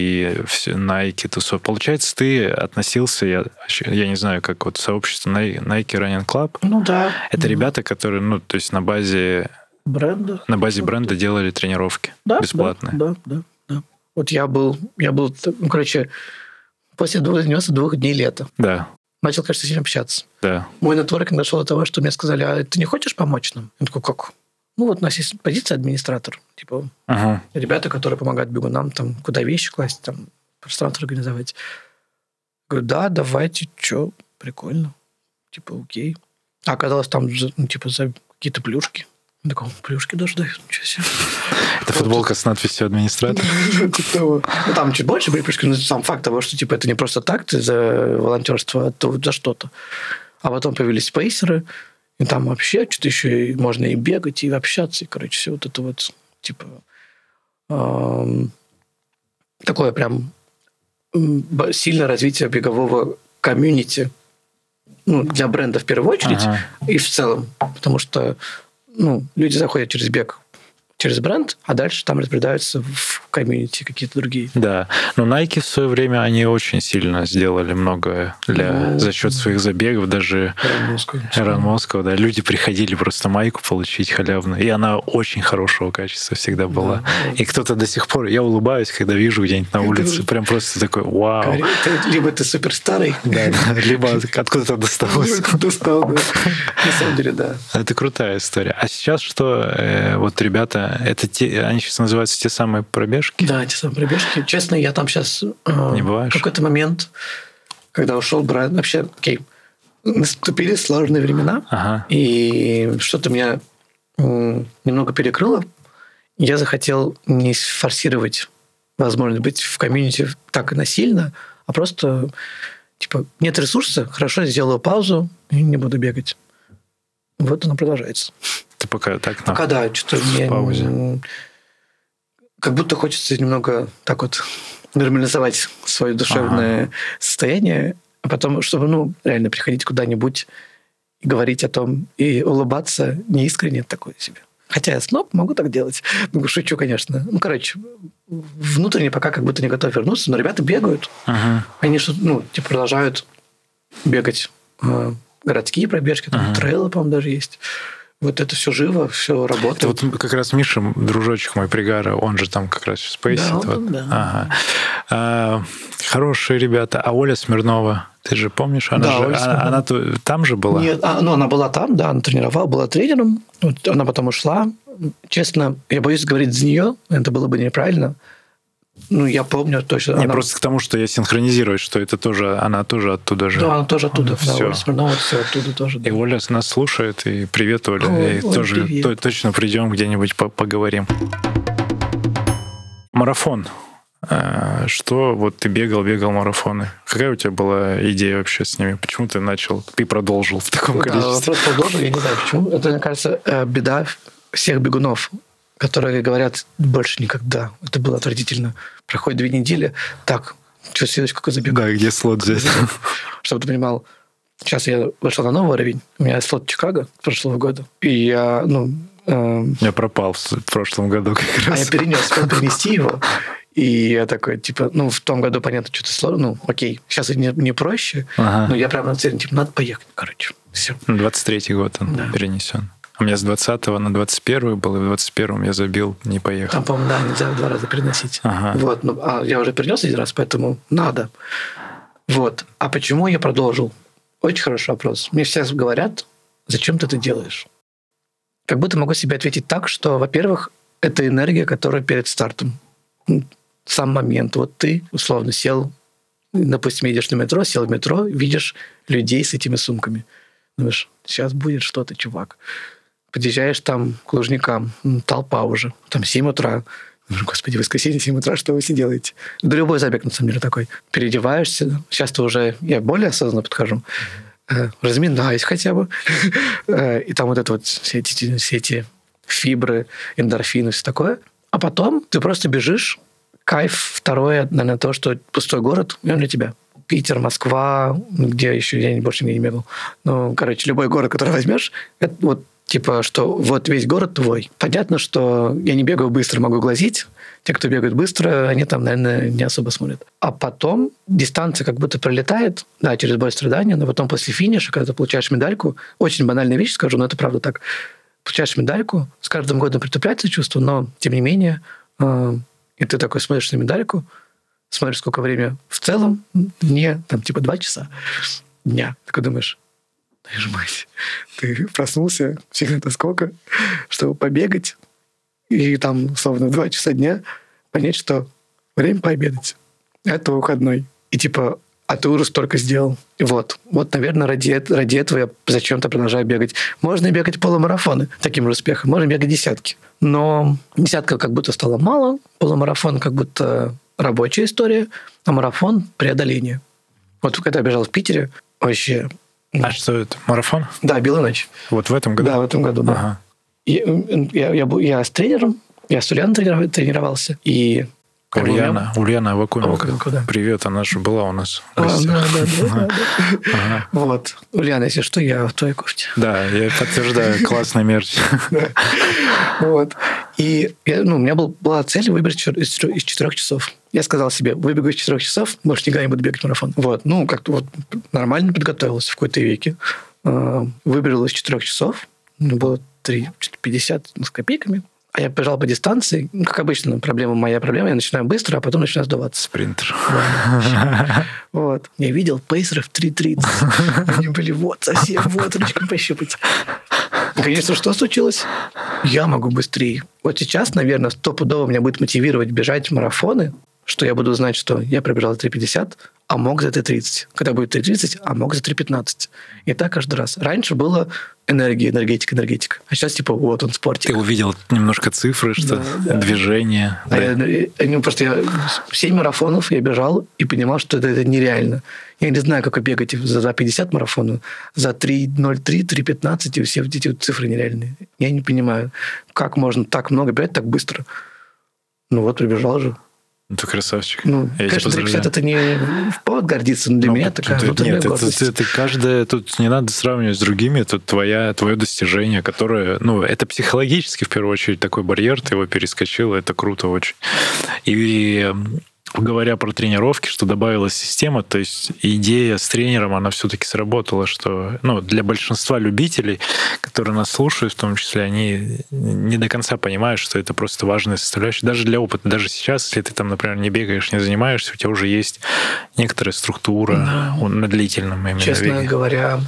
и все, Nike, тусовка. Получается, ты относился, я, я не знаю, как вот сообщество Nike Running Club. Ну, да. Это да. ребята, которые, ну, то есть на базе... Бренда. На базе бренда делали тренировки да, бесплатные. Да, да, да, да. Вот я был, я был, ну, короче, после девяносто двух дней лета. Да. Начал, кажется, с ним общаться. Да. Мой нетворкинг дошел до того, что мне сказали, а ты не хочешь помочь нам? Я такой, как? Ну, вот у нас есть позиция администратор. Типа, ага. ребята, которые помогают бегунам, там, куда вещи класть, там, пространство организовать. Говорю, да, давайте, что, прикольно. Типа, окей. А оказалось, там, ну, типа, за какие-то плюшки. Я такой, плюшки даже дают, ничего себе. Это футболка с надписью администратор? Ну, там чуть больше были плюшки, но сам факт того, что типа это не просто так, ты за волонтерство, а то за что-то. А потом появились спейсеры, и там вообще что-то еще можно и бегать, и общаться, и, короче, все вот это вот, типа, такое прям сильное развитие бегового комьюнити, ну, для бренда в первую очередь, и в целом, потому что ну, люди заходят через бег, через бренд, а дальше там разбредаются в комьюнити какие-то другие. Да, но Nike в свое время, они очень сильно сделали многое для, ну, за счет своих забегов, даже Run Moscow, да, люди приходили просто майку получить халявно, и она очень хорошего качества всегда была. Да, и кто-то до сих пор, я улыбаюсь, когда вижу где-нибудь на улице, прям просто такой, вау. Либо ты супер старый, либо откуда-то досталось. Достал, да. На самом деле, да. Это крутая история. А сейчас что, вот ребята, это те, они сейчас называются те самые пробежки? Да, те самые пробежки. Честно, я там сейчас не в какой-то момент, когда ушел брат, вообще, окей, наступили сложные времена, ага. и что-то меня немного перекрыло. Я захотел не форсировать возможность быть в комьюнити так и насильно, а просто, типа, нет ресурса, хорошо, сделаю паузу и не буду бегать. Вот оно продолжается. Ты пока так пока, на да, что-то мне паузе. Как будто хочется немного так вот нормализовать свое душевное ага. состояние, а потом, чтобы, ну, реально приходить куда-нибудь и говорить о том, и улыбаться неискренне такое себе. Хотя я сноб, могу так делать. Ну, шучу, конечно. Ну, короче, внутренне пока как будто не готов вернуться, но ребята бегают. Ага. Они, ну, типа, продолжают бегать городские пробежки, там ага. трейлы, по-моему, даже есть. Вот это все живо, все работает. Это вот как раз Миша, дружочек мой Пригара, он же там как раз в Спейсе. Да, вот. да. Ага. А, хорошие ребята. А Оля Смирнова, ты же помнишь? Она, да, же, Оля она, она там же была? Нет, а, ну, она была там, да, она тренировала, была тренером. Вот, она потом ушла. Честно, я боюсь говорить за нее, это было бы неправильно. ну, я помню точно. Не, она... просто к тому, что я синхронизировать, что это тоже, она тоже оттуда же. Да, она тоже оттуда. Все. Да, Оля Смирнова, все оттуда тоже. Да. И Оля нас слушает, и привет, Оля. О, и Оль, тоже привет. то, точно придем где-нибудь по поговорим. Марафон. Что вот ты бегал, бегал марафоны? Какая у тебя была идея вообще с ними? Почему ты начал, ты продолжил в таком Да, количестве? вопрос продолжил, я не знаю почему. Это, мне кажется, беда всех бегунов, которые говорят больше никогда. Это было отвратительно. Проходит две недели. Так, что следующий какой забег? Да, где слот взять? Чтобы ты понимал, сейчас я вышел на новый уровень. У меня слот Чикаго прошлого года. И я, ну... Эм... Я пропал в прошлом году как раз. А я перенес, успел перенести его. И я такой, типа, ну, в том году, понятно, что-то сложно. Ну, окей, сейчас не, не проще, ага. но я прям нацелен, типа, надо поехать, короче. Все. двадцать третий год он да. перенесен. У меня с двадцатого на двадцать первый был, и в двадцать первом я забил, не поехал. Там, по-моему, да, нельзя два раза переносить. Ага. Вот, ну, а я уже перенес один раз, поэтому надо. Вот. А почему я продолжил? Очень хороший вопрос. Мне все говорят, зачем ты это делаешь? Как будто могу себе ответить так, что, во-первых, это энергия, которая перед стартом. Сам момент. Вот ты, условно, сел, допустим, едешь на метро, сел в метро, видишь людей с этими сумками. Думаешь, сейчас будет что-то, чувак. Подъезжаешь там к Лужникам, толпа уже, там семь утра. Думаешь, господи, воскресенье, семь утра, что вы все делаете? Да любой забег, на самом деле, такой. Переодеваешься, сейчас ты уже, я более осознанно подхожу, разминаюсь хотя бы. И там вот это вот все эти, все эти фибры, эндорфины, все такое. А потом ты просто бежишь. Кайф. Второе, наверное, то, что пустой город, и он для тебя. Питер, Москва, где еще, я больше нигде не бегал. Ну, короче, любой город, который возьмешь, это вот типа, что вот весь город твой. Понятно, что я не бегаю быстро, могу глазить. Те, кто бегают быстро, они там, наверное, не особо смотрят. А потом дистанция как будто пролетает, да, через боль страдания, но потом после финиша, когда ты получаешь медальку, очень банальная вещь, скажу, но это правда так, получаешь медальку, с каждым годом притупляется чувство, но, тем не менее, э, и ты такой смотришь на медальку, смотришь, сколько времени в целом, дне, там, типа, два часа дня. Такой думаешь, твою ж мать, ты проснулся всегда сколько, чтобы побегать, и там, условно, в два часа дня понять, что время пообедать. Это выходной. И типа, а ты уже столько сделал. И вот, вот, наверное, ради, ради этого я зачем-то продолжаю бегать. Можно бегать полумарафоны таким же успехом, можно бегать десятки. Но десятка как будто стало мало, полумарафон как будто рабочая история, а марафон – преодоление. Вот когда я бежал в Питере, вообще... А что это? Марафон? Да, «Белая ночь». Вот в этом году? Да, в этом году, да. Ага. Я, я, я, я с тренером, я с Ульяной тренировался, и... Ульяна, Ульяна Авакуменко. Авакуменко, да. Привет, она же была у нас в а, гостях. да, да, да, да. Ага. Вот. Ульяна, если что, я в твоей кофте. Да, я подтверждаю, классный мерч. Вот. И ну, у меня была цель выбрать из четырех часов. Я сказал себе, выбегу из четырех часов, может, никогда не буду бегать марафон. Вот. Ну, как-то вот нормально подготовился в какой-то веке. Выбрал из четырех часов. Было три пятьдесят с копейками. А я бежал по дистанции. Ну, как обычно, проблема моя проблема. Я начинаю быстро, а потом начинаю сдаваться. Спринтер. Да. Вот. Я видел пейсеров три тридцать. Они были вот совсем, вот, ручкой пощупать. И, конечно, что случилось? Я могу быстрее. Вот сейчас, наверное, стопудово меня будет мотивировать бежать марафоны, что я буду знать, что я пробежал за три пятьдесят, а мог за три тридцать. Когда будет три тридцать, а мог за три пятнадцать. И так каждый раз. Раньше было энергия, энергетика, энергетика. А сейчас типа вот он, спортик. Ты увидел немножко цифры, что да, да. движение. А да. я, ну, просто я семь марафонов я бежал и понимал, что это, это нереально. Я не знаю, как бегать за два пятьдесят марафонов, за три ноль три, три пятнадцать, и все эти вот цифры нереальные. Я не понимаю, как можно так много бегать так быстро. Ну вот, прибежал же. Ну, ты красавчик. Ну, я конечно, три пятьдесят это не в повод гордиться, но для ну, меня такая внутренняя нет, гордость. Это, это каждое... Тут не надо сравнивать с другими. Тут твоя, твое достижение, которое... Ну, это психологически, в первую очередь, такой барьер. Ты его перескочил, это круто очень. И... Говоря про тренировки, что добавилась система, то есть идея с тренером, она все-таки сработала, что ну, для большинства любителей, которые нас слушают, в том числе, они не до конца понимают, что это просто важная составляющая. Даже для опыта, даже сейчас, если ты там, например, не бегаешь, не занимаешься, у тебя уже есть некоторая структура да. на длительном именно Честно беге. говоря,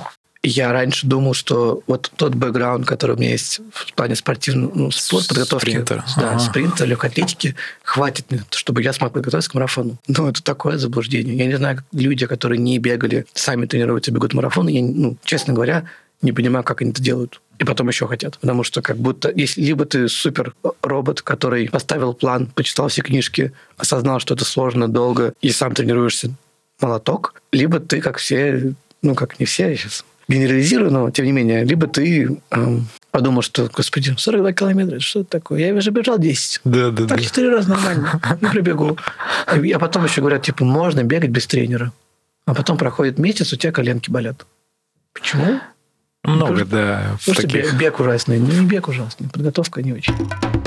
я раньше думал, что вот тот бэкграунд, который у меня есть в плане спортивного, ну, спорт, подготовки, Спринтер. да, Ага. спринта, легкой атлетики, хватит мне, чтобы я смог подготовиться к марафону. Ну, это такое заблуждение. Я не знаю, как люди, которые не бегали, сами тренируются, бегут марафоны, я, ну, честно говоря, не понимаю, как они это делают. И потом еще хотят. Потому что как будто, если либо ты супер робот, который поставил план, почитал все книжки, осознал, что это сложно, долго, и сам тренируешься молоток, либо ты, как все, ну, как не все, я сейчас генерализирую, но тем не менее, либо ты эм, подумал, что, господи, сорок два километра, что это такое? Я уже бежал десять. Да, да, Так да. четыре раза нормально. Не пробегу. А потом еще говорят, типа, можно бегать без тренера. А потом проходит месяц, у тебя коленки болят. Почему? Много, Потому, да. потому что таких... бег ужасный. Ну, не бег ужасный, подготовка не очень.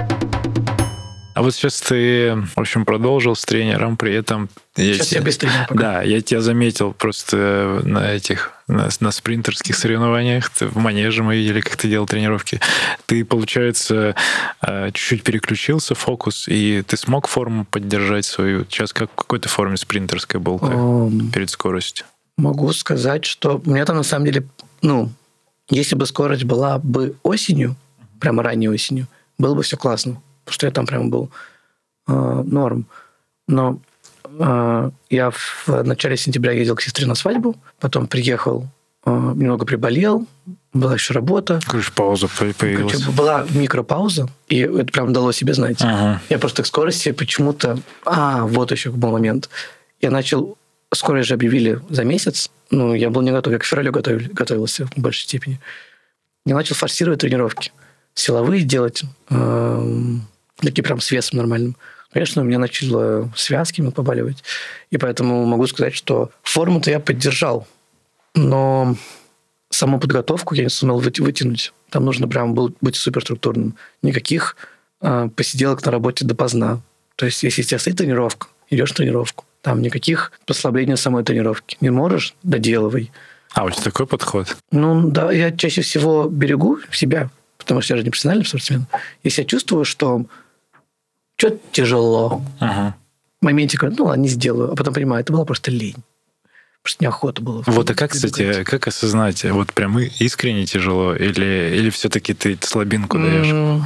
А вот сейчас ты, в общем, продолжил с тренером, при этом... Сейчас я без тренера пока. Да, я тебя заметил просто на этих, на, на спринтерских соревнованиях, ты в манеже мы видели, как ты делал тренировки. Ты, получается, чуть-чуть переключился, фокус, и ты смог форму поддержать свою? Сейчас как в какой-то форме спринтерской был ты um, перед скоростью? Могу сказать, что у меня там на самом деле, ну, если бы скорость была бы осенью, прямо ранней осенью, было бы все классно. Потому что я там прям был э, норм. Но э, я в начале сентября ездил к сестре на свадьбу, потом приехал, э, немного приболел, была еще работа. Короче, пауза появилась. Короче, была микропауза, и это прям дало себе знать. Ага. Я просто к скорости почему-то... А, вот еще был момент. Я начал... Скорость же объявили за месяц. Ну, я был не готов. Я к февралю готов, готовился в большей степени. Я начал форсировать тренировки. Силовые делать... Э, такие прям с весом нормальным. Конечно, у меня начало связки побаливать. И поэтому могу сказать, что форму-то я поддержал. Но саму подготовку я не сумел вытянуть. Там нужно прям было быть суперструктурным. Никаких э, посиделок на работе допоздна. То есть, если у тебя стоит тренировка, идешь в тренировку. Там никаких послаблений самой тренировки. Не можешь – доделывай. А, у тебя такой подход? Ну, да, я чаще всего берегу себя, потому что я же не профессиональный спортсмен. Если я чувствую, что что-то тяжело. Ага. В моменте говорю, ну ладно, не сделаю. А потом понимаю, это была просто лень. Просто неохота было. Вот, а как, кстати, как осознать? Вот прям искренне тяжело? Или, или все-таки ты слабинку даешь? Mm.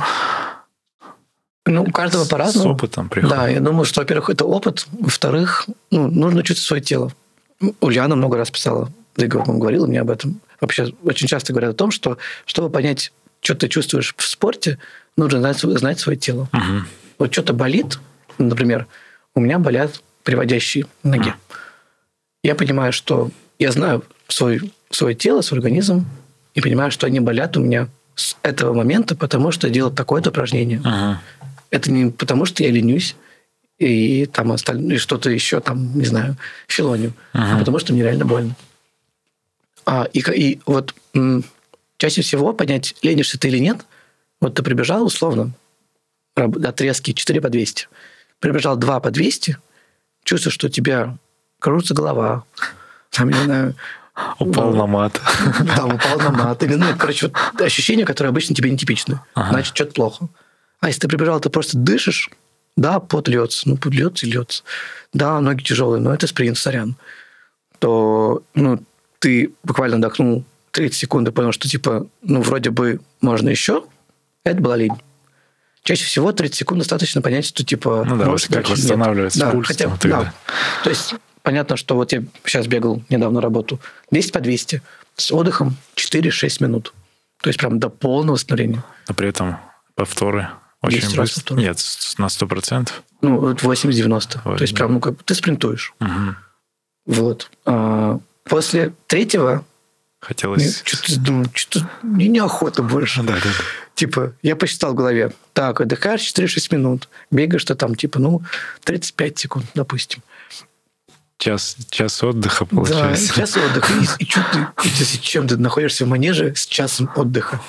Ну, у каждого по-разному. С опытом приходит. Да, я думаю, что, во-первых, это опыт. Во-вторых, ну, нужно чувствовать свое тело. Ульяна много раз писала, да и говорила мне об этом. Вообще очень часто говорят о том, что чтобы понять, что ты чувствуешь в спорте, нужно знать, знать свое тело. Угу. Вот что-то болит, например, у меня болят приводящие ноги. Я понимаю, что я знаю свой, свое тело, свой организм, и понимаю, что они болят у меня с этого момента, потому что я делал такое-то упражнение. Ага. Это не потому, что я ленюсь и там остальное, и что-то еще там, не знаю, филоню, ага. а потому что мне реально больно. А, и, и вот м, чаще всего понять, ленишься ты или нет, вот ты прибежал условно, отрезки четыре по двести. Прибежал два по двести, чувствуешь, что у тебя кружится голова, там, не знаю... Упал на мат. Там упал на мат. Или, ну, короче, вот ощущения, которые обычно тебе нетипичны. Ага. Значит, что-то плохо. А если ты прибежал, ты просто дышишь, да, пот льется. Ну, пот льется и льется. Да, ноги тяжелые, но это спринт, сорян. То, ну, ты буквально отдохнул тридцать секунд и понял, что, типа, ну, вроде бы можно еще. Это была лень. Чаще всего тридцать секунд достаточно понять, что, типа... Ну да, вот как восстанавливается да, пульс. Хотя, там, да. То есть, понятно, что вот я сейчас бегал недавно работу десять по двести с отдыхом четыре-шесть минут. То есть, прям до полного восстановления. А при этом повторы очень быстро? Нет, на сто процентов? Ну, восемьдесят-девяносто. То есть, прям, ну, как ты спринтуешь. Угу. Вот. А после третьего... Хотелось... Что-то думаю, что-то мне неохота больше. Да, да, да. Типа, я посчитал в голове. Так, отдыхаешь четыре-шесть минут. Бегаешь-то там, типа, ну, тридцать пять секунд, допустим. Час, час отдыха, получается. Да, час отдыха. И, и что ты, чем ты находишься в манеже с часом отдыха?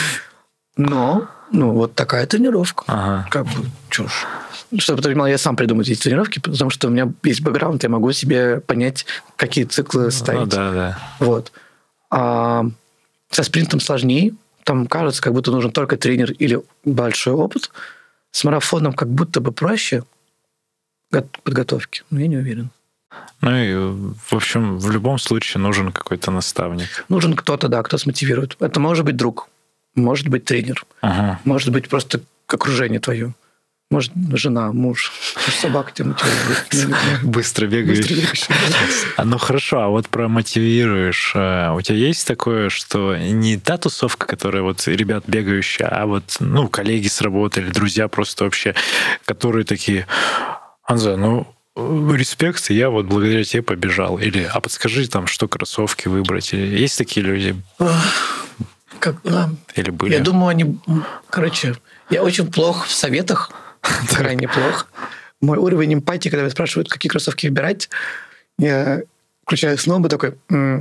Но, ну, вот такая тренировка. Ага. Как бы, чё ж. Чтобы ты понимал, я сам придумаю эти тренировки, потому что у меня есть бэкграунд, я могу себе понять, какие циклы ставить. Ну, да, да. Вот. А со спринтом сложнее. Там кажется, как будто нужен только тренер или большой опыт. С марафоном как будто бы проще подготовки. Но я не уверен. Ну и, в общем, в любом случае нужен какой-то наставник. Нужен кто-то, да, кто смотивирует. Это может быть друг, может быть тренер, ага. может быть просто окружение твое. Может, жена, муж, собака тебя мотивирует. Быстро бегаешь. Ну хорошо, а вот промотивируешь. У тебя есть такое, что не та тусовка, которая вот ребят бегающие, а вот ну, коллеги с работы или друзья просто вообще, которые такие: Анза, ну, респект, я вот благодаря тебе побежал. Или, а подскажи там, что кроссовки выбрать. Или есть такие люди? Как, а, Или были? Я думаю, они... Короче, я очень плох в советах. Крайне плохо. Мой уровень эмпатии, когда меня спрашивают, какие кроссовки выбирать, я включаю снова такой...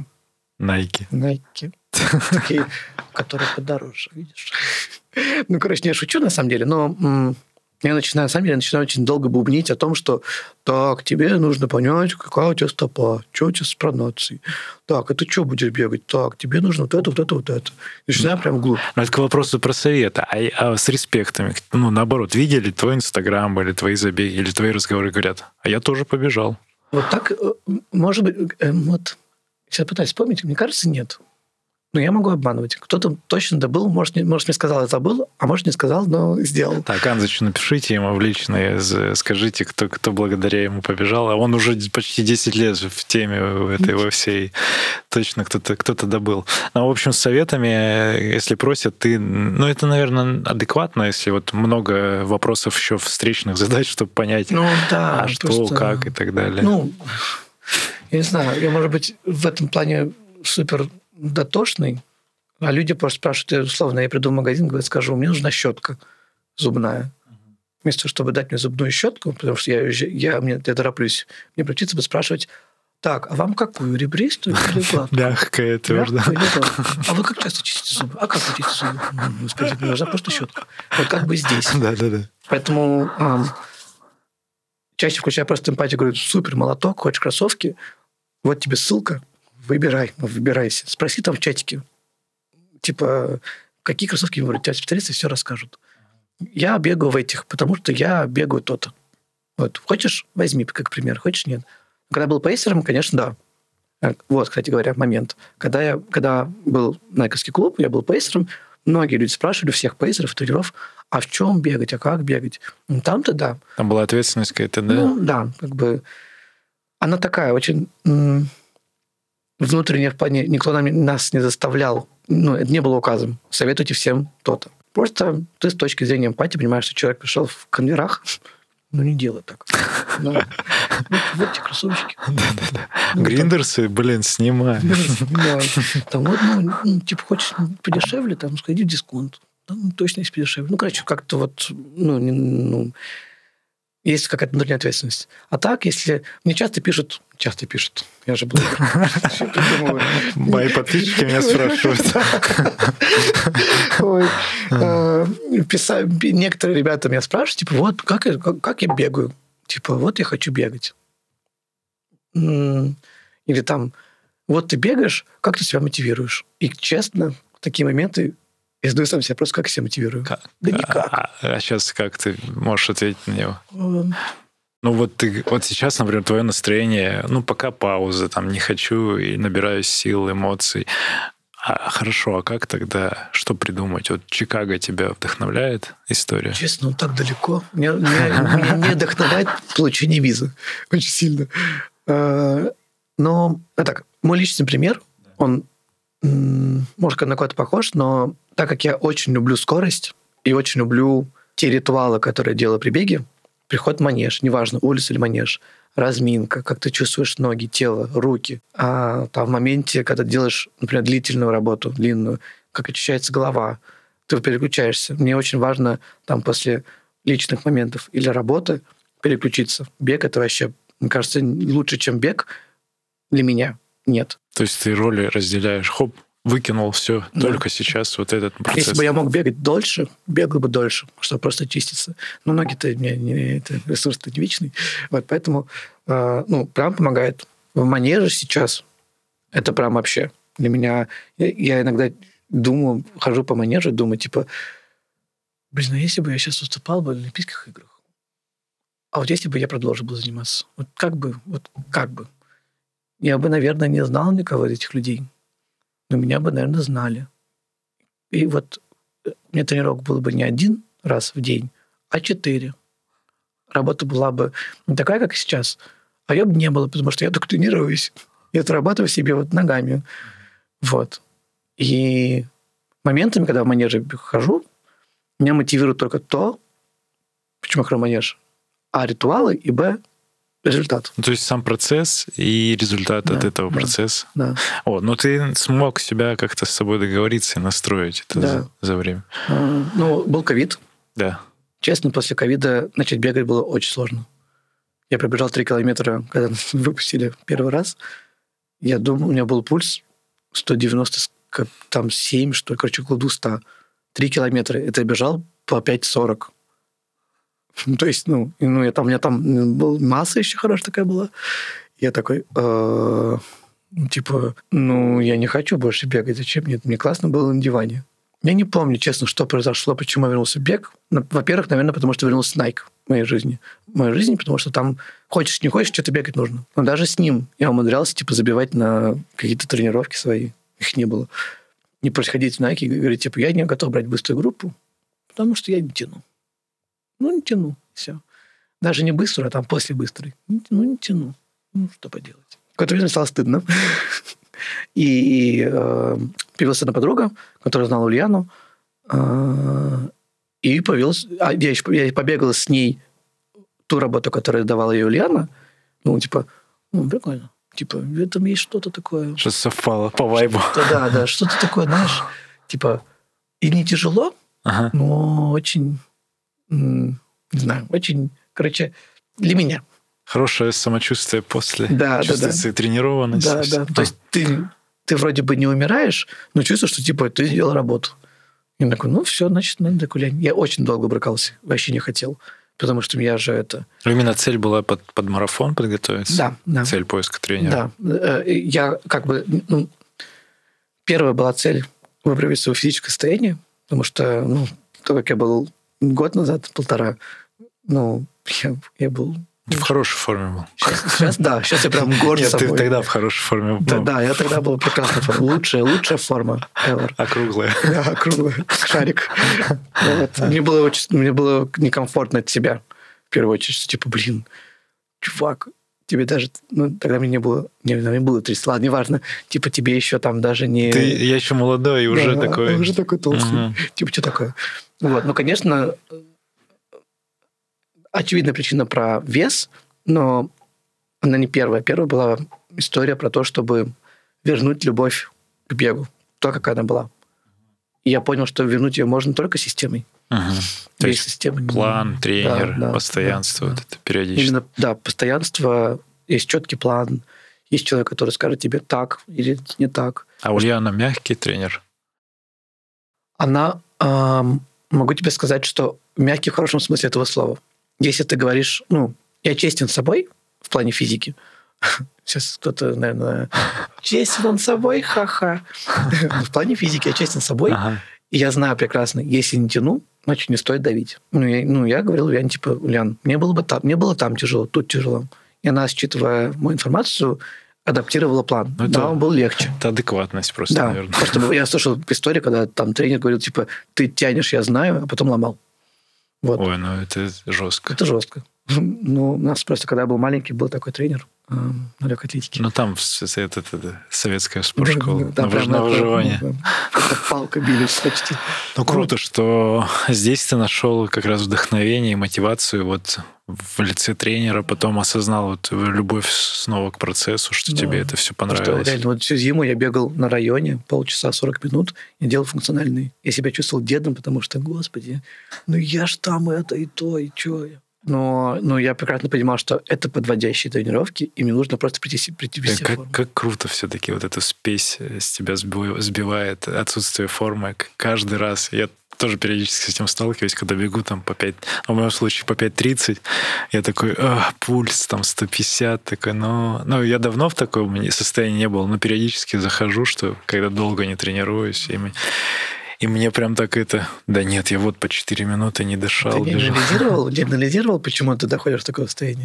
Найки. Найки. Такие, которые подороже, видишь? Ну, короче, не шучу на самом деле, но... Я начинаю, на самом деле, начинаю очень долго бубнить о том, что так, тебе нужно понять, какая у тебя стопа, что у тебя с пронацией. Так, это что будешь бегать? Так, тебе нужно вот это, вот это, вот это. Начинаю прям вглубь. Ну, это к вопросу про советы. А, а с респектами? Ну, наоборот, видели твой Инстаграм или твои забеги, или твои разговоры, говорят, а я тоже побежал. Вот так, может быть, вот, сейчас пытаюсь вспомнить, мне кажется, нет. Ну, я могу обманывать. Кто-то точно добыл, может, не, может, мне сказал, я забыл, а может, не сказал, но сделал. Так, Анзыч, напишите ему в личные, скажите, кто, кто благодаря ему побежал. А он уже почти десять лет в теме этой во всей. Точно кто-то, кто-то добыл. Ну, в общем, с советами, если просят, ты... Ну, это, наверное, адекватно, если вот много вопросов еще встречных задать, чтобы понять, ну, да, а что, просто... как и так далее. Ну, я не знаю, я, может быть, в этом плане супер... дотошный, а люди просто спрашивают, условно, я приду в магазин, говорю, скажу, мне нужна щетка зубная. Вместо того, чтобы дать мне зубную щетку, потому что я, я, мне, я тороплюсь, мне придется бы спрашивать, так, а вам какую, ребристую или гладкую? Мягкая, твердая. А вы как часто чистите зубы? А как вы чистите зубы? Господи, мне нужна просто щетка. Вот как бы здесь. Да, да, да. Поэтому а, чаще включаю просто эмпатию, говорю, супер, молоток, хочешь кроссовки, вот тебе ссылка, выбирай, выбирайся. Спроси там в чатике, типа, какие кроссовки выбрать. Тебя специалисты все расскажут. Я бегаю в этих, потому что я бегаю то-то. Вот. Хочешь, возьми, как пример. Хочешь, нет. Когда был пейсером, конечно, да. Вот, кстати говоря, момент. Когда я когда был найковский клуб, я был пейсером, многие люди спрашивали, всех пейсеров, тренеров, а в чем бегать, а как бегать? Ну, там-то да. Там была ответственность какая-то, да? Ну, да, как бы... Она такая очень... Внутренне в плане никто нам, нас не заставлял, ну, это не было указом. Советуйте всем то-то. Просто ты с точки зрения эмпатии понимаешь, что человек пришел в конверах, ну, не делай так. Ну, вот, вот те кроссовочки. Ну, Гриндерсы, блин, снимай. Да. Там вот, ну, ну, типа, хочешь подешевле, там, сходи в дисконт. Там точно есть подешевле. Ну, короче, как-то вот, ну, не, ну, есть какая-то внутренняя ответственность. А так, если... Мне часто пишут... Часто пишут. Я же блогер. Мои подписчики меня спрашивают. Некоторые ребята меня спрашивают, типа, вот, как я бегаю? Типа, вот я хочу бегать. Или там, вот ты бегаешь, как ты себя мотивируешь? И честно, в такие моменты я задаю сам себя просто, как я себя мотивирую. Как? Да никак. А, а сейчас как ты можешь ответить на него? Um... Ну вот ты, вот сейчас, например, твое настроение, ну пока пауза, там не хочу и набираюсь сил, эмоций. А, хорошо, а как тогда, что придумать? Вот Чикаго тебя вдохновляет история? Честно, он так далеко. Меня, меня, меня не вдохновляет получение визы. Очень сильно. Но, а так, мой личный пример, он может на кого-то похож, но так как я очень люблю скорость и очень люблю те ритуалы, которые я делаю при беге, приход в манеж, неважно, улица или манеж, разминка, как ты чувствуешь ноги, тело, руки. А там в моменте, когда ты делаешь, например, длительную работу, длинную, как очищается голова, ты переключаешься. Мне очень важно там после личных моментов или работы переключиться. Бег — это вообще, мне кажется, лучше, чем бег для меня. Нет. То есть ты роли разделяешь. Хоп, выкинул все, да. Только сейчас вот этот процесс. Если бы я мог бегать дольше, бегал бы дольше, чтобы просто очиститься. Но ноги-то у меня не, это, ресурс-то не вечный. Вот, поэтому э, ну, прям помогает. В манеже сейчас это прям вообще для меня... Я, я иногда думаю, хожу по манежу, думаю, типа, блин, а если бы я сейчас выступал бы на Олимпийских играх? А вот если бы я продолжил бы заниматься? Вот как бы, вот как бы? я бы, наверное, не знал никого из этих людей. Но меня бы, наверное, знали. И вот у меня тренировок было бы не один раз в день, а четыре. Работа была бы не такая, как сейчас, а ее бы не было, потому что я только тренируюсь. Я отрабатываю себе вот ногами. Вот. И моментами, когда в манеже хожу, меня мотивирует только то, почему я хожу в манеж, а ритуалы и, б, результат. То есть сам процесс и результат да, от этого да, процесса. Да. О, ну ты смог себя как-то с собой договориться и настроить это да. за, за время. А, ну, был ковид. Да. Честно, после ковида начать бегать было очень сложно. Я пробежал три километра, когда нас выпустили первый раз. Я думал, у меня был пульс сто девяносто семь, что ли, короче, около двухсот. Три километра. Это я бежал по пять сорок. То есть, ну, ну я там, у меня там была масса еще хорошая такая была. Я такой, э, типа, ну, я не хочу больше бегать. Зачем мне? Мне классно было на диване. Я не помню, честно, что произошло, почему я вернулся в бег. Во-первых, наверное, потому что вернулся Nike в моей жизни. В моей жизни, потому что там хочешь, не хочешь, что-то бегать нужно. Но даже с ним я умудрялся, типа, забивать на какие-то тренировки свои. Их не было. Не приходить в Nike и говорить, типа, я не готов брать быструю группу, потому что я не тяну. Ну, не тяну, все. Даже не быструю, а там после быстрой. Ну, не тяну. Ну, что поделать. В какой-то время стало стыдно. И э, появилась одна подруга, которая знала Ульяну, э, и появилась... А, я, еще, я побегала с ней ту работу, которую давала ей Ульяна. Ну, типа, ну, прикольно. Типа, в этом есть что-то такое... Что совпало по вайбу. Да, да, что-то такое, знаешь, типа, и не тяжело, ага. но очень... Не знаю, очень, короче, для меня. Хорошее самочувствие после. Да, чувствуется да, да. тренированность. Да, да. То есть ты, ты вроде бы не умираешь, но чувствуешь, что типа ты сделал работу. И я такой, ну все, значит, надо гулять. Я очень долго брыкался, вообще не хотел, потому что я же это... Именно цель была под, под марафон подготовиться? Да, да. Цель поиска тренера? Да. Я как бы... Ну, первая была цель выправить свое физическое состояние, потому что, ну, то, как я был год назад, полтора, ну, я, я был... Ты в хорошей форме был. Сейчас, сейчас да, сейчас я прям горд Нет, собой. ты тогда в хорошей форме был. Да, да, я тогда был в прекрасной форме. Лучшая, лучшая форма ever. Округлая. Да, округлая, шарик. Вот. Мне было очень, мне было некомфортно от себя, в первую очередь, что типа, блин, чувак, тебе даже... Ну, тогда мне не было... Не, мне было тридцать, ладно, неважно. Типа, тебе еще там даже не... Ты, я еще молодой и уже да, такой... уже такой толстый. Угу. Типа, что такое? Вот, ну, конечно... Очевидная причина про вес, но она не первая. Первая была история про то, чтобы вернуть любовь к бегу, то, как она была. И я понял, что вернуть ее можно только системой. Угу. То есть система... план, тренер, да, да, постоянство, да, вот это периодически. Именно, да, постоянство, есть четкий план, есть человек, который скажет тебе так или не так. А Ульяна мягкий тренер? Она, эм, могу тебе сказать, что мягкий в хорошем смысле этого слова. Если ты говоришь, ну, я честен с собой в плане физики, сейчас кто-то, наверное, честен он с собой, ха-ха. В плане физики я честен с собой, ага. И я знаю прекрасно, если не тяну, значит, не стоит давить. Ну, я, ну, я говорил Ульяне, типа, Ульян, мне было бы там, мне было там тяжело, тут тяжело. И она, считывая мою информацию, адаптировала план. Ну, да, он был легче. Это адекватность просто, да, наверное. Просто я слышал историю, когда там тренер говорил, типа, ты тянешь, я знаю, а потом ломал. Вот. Ой, ну это жестко. Это жестко. Ну, у нас просто, когда я был маленький, был такой тренер э, на легкой атлетике. Ну, там это, это, это, советская спортшкола, да, на, на выживание. Да, да. Палка бились почти. Ну, круто, что здесь ты нашел как раз вдохновение и мотивацию вот в лице тренера, потом осознал вот любовь снова к процессу, что да. тебе это все понравилось. Что, реально, вот всю зиму я бегал на районе полчаса, сорок минут, и делал функциональный. Я себя чувствовал дедом, потому что, господи, ну я ж там это и то, и чё я. Но, но я прекрасно понимал, что это подводящие тренировки, и мне нужно просто прийти, прийти в да, как, как круто все-таки вот эту спесь с тебя сбивает отсутствие формы каждый раз. Я тоже периодически с этим сталкиваюсь, когда бегу там по пять, в моем случае по пять тридцать, я такой, а, пульс там сто пятьдесят, такой, ну, ну, я давно в таком состоянии не был, но периодически захожу, что когда долго не тренируюсь, и И мне прям так это... Да нет, я вот по четыре минуты не дышал. Ты не анализировал, не анализировал, почему ты доходишь в такое состояние?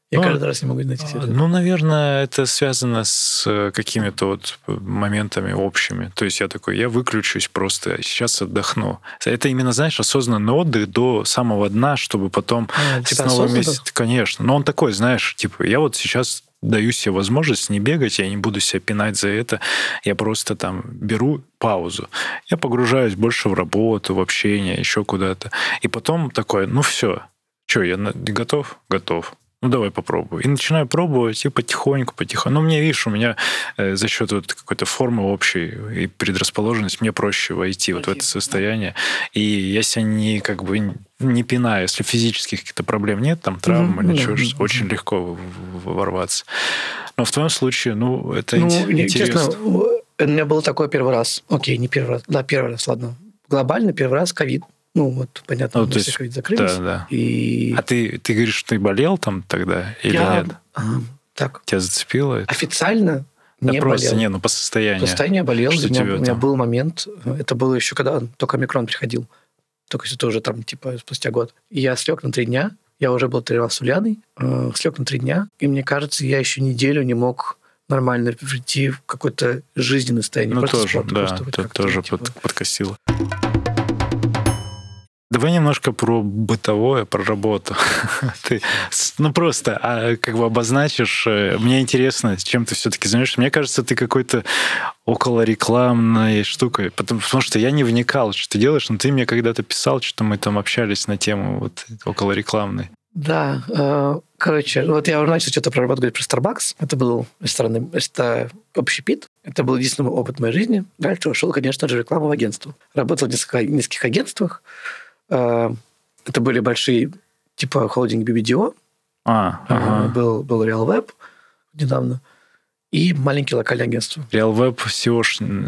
Я ну, каждый раз не могу найти себе. Ну, наверное, это связано с какими-то вот моментами общими. То есть я такой, я выключусь просто, сейчас отдохну. Это именно, знаешь, осознанный отдых до самого дна, чтобы потом а, типа снова вместе... Конечно. Но он такой, знаешь, типа, я вот сейчас даю себе возможность не бегать, я не буду себя пинать за это. Я просто там беру паузу. Я погружаюсь больше в работу, в общение, еще куда-то. И потом такой, ну все, что, я готов? Готов. Ну, давай попробую. И начинаю пробовать, и потихоньку, потихоньку. Ну, мне, видишь, у меня э, за счет вот какой-то формы общей и предрасположенности мне проще войти вот в это состояние. И я себя не, как бы, не пинаю. Если физических каких-то проблем нет, там, травм mm-hmm. или чего, mm-hmm. очень легко ворваться. Но в твоем случае, ну, это ну, интересно. Честно, у меня был такой первый раз. Окей, не первый раз. Да, первый раз, ладно. Глобально первый раз ковид. Ну, вот, понятно, ну, мы то все ковид закрылись. Да, да. И... А ты, ты говоришь, что ты болел там тогда или я... нет? А, так. Тебя зацепило это? Официально да не просто, болел. Не, ну по состоянию. По состоянию болел. Что у меня, у меня там? был момент, это было еще когда только омикрон приходил. Только это уже там, типа, спустя год. И я слег на три дня. Я уже был тренировался с Ульяной. Э, слег на три дня. И мне кажется, я еще неделю не мог нормально прийти в какое-то жизненное состояние. Ну, просто тоже, спорт, да, просто это тоже типа... под, подкосило. Давай немножко про бытовое, про работу. Ты, ну, просто а, как бы обозначишь. Мне интересно, чем ты все-таки занимаешься. Мне кажется, ты какой-то околорекламной штукой. Потому, потому что я не вникал, что ты делаешь, но ты мне когда-то писал, что мы там общались на тему вот околорекламной. Да. Э, короче, вот я уже начал что-то про работу говорить про Starbucks. Это был ресторанный, это общепит. Это был единственный опыт моей жизни. Дальше ушел, конечно же, рекламу в агентство. Работал в нескольких, нескольких агентствах. Это были большие, типа холдинг би би ди о. А, ага. был, был RealWeb недавно. И маленькие локальные агентства. RealWeb, сео,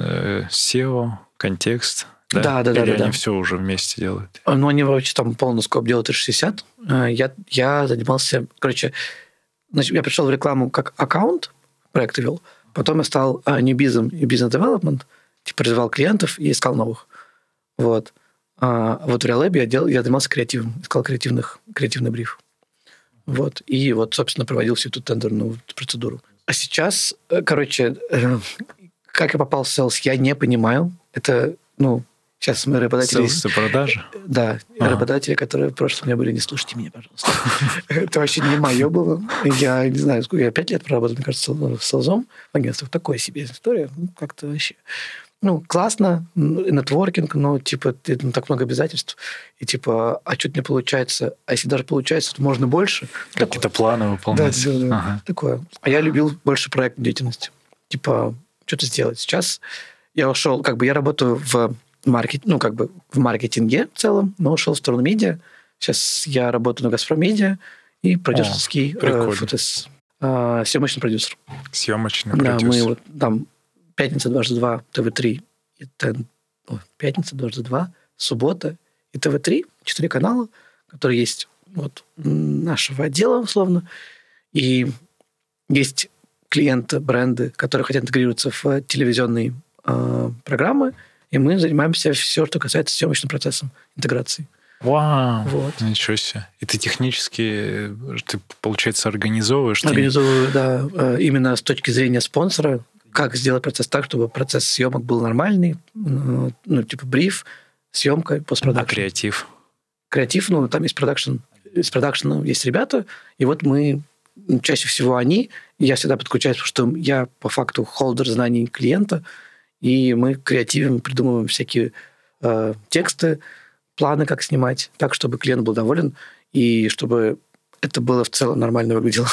сео, контекст. Да, да, да. Или да, они да. все уже вместе делают? Ну, они вообще там полный скоп делают триста шестьдесят. Я, я занимался... Короче, значит, я пришел в рекламу как аккаунт, проект вел. Потом я стал ньюбизом и бизнес-девелопмент. Типа развивал клиентов и искал новых. Вот. А вот в RealLab я, делал, я занимался креативом, искал креативных, креативный бриф. Вот. И вот, собственно, проводил всю эту тендерную процедуру. А сейчас, короче, как я попал в селс, я не понимаю. Это, ну, сейчас мы работодатели... Селс — это продажи? Да, ага. Работодатели, которые в прошлом у меня были, не слушайте меня, пожалуйста. Это вообще не мое было. Я не знаю, сколько я пять лет проработал, мне кажется, с селзом в агентствах. Такая себе история. Как-то вообще... Ну, классно, нетворкинг, но, типа, ну, так много обязательств. И, типа, а что-то не получается? А если даже получается, то можно больше. Какие-то планы выполнять. Да, да, да. Ага. Такое. А я любил больше проектной деятельности. Типа, что-то сделать. Сейчас я ушел, как бы, я работаю в маркет, ну, как бы, в маркетинге в целом, но ушел в сторону медиа. Сейчас я работаю на «Газпром Медиа» и продюсерский э, фотос, э, съемочный продюсер. Съемочный да, продюсер. Мы вот там... Пятница дважды два, ТВ три, и тен... Ой, пятница дважды два, суббота и ТВ три, четыре канала, которые есть вот нашего отдела, условно. И есть клиенты, бренды, которые хотят интегрироваться в телевизионные э, программы, и мы занимаемся все, что касается съемочным процессом интеграции. Вау, вот. Ничего себе. И ты технически, ты, получается, организовываешь? Организовываю, ты... да, именно с точки зрения спонсора, как сделать процесс так, чтобы процесс съемок был нормальный, ну, типа бриф, съемка, постпродакшн. А креатив? Креатив, ну, там есть продакшн. Из продакшна есть ребята, и вот мы, чаще всего они, я всегда подключаюсь, потому что я по факту холдер знаний клиента, и мы креативим, придумываем всякие э, тексты, планы, как снимать, так, чтобы клиент был доволен, и чтобы это было в целом нормально выглядело.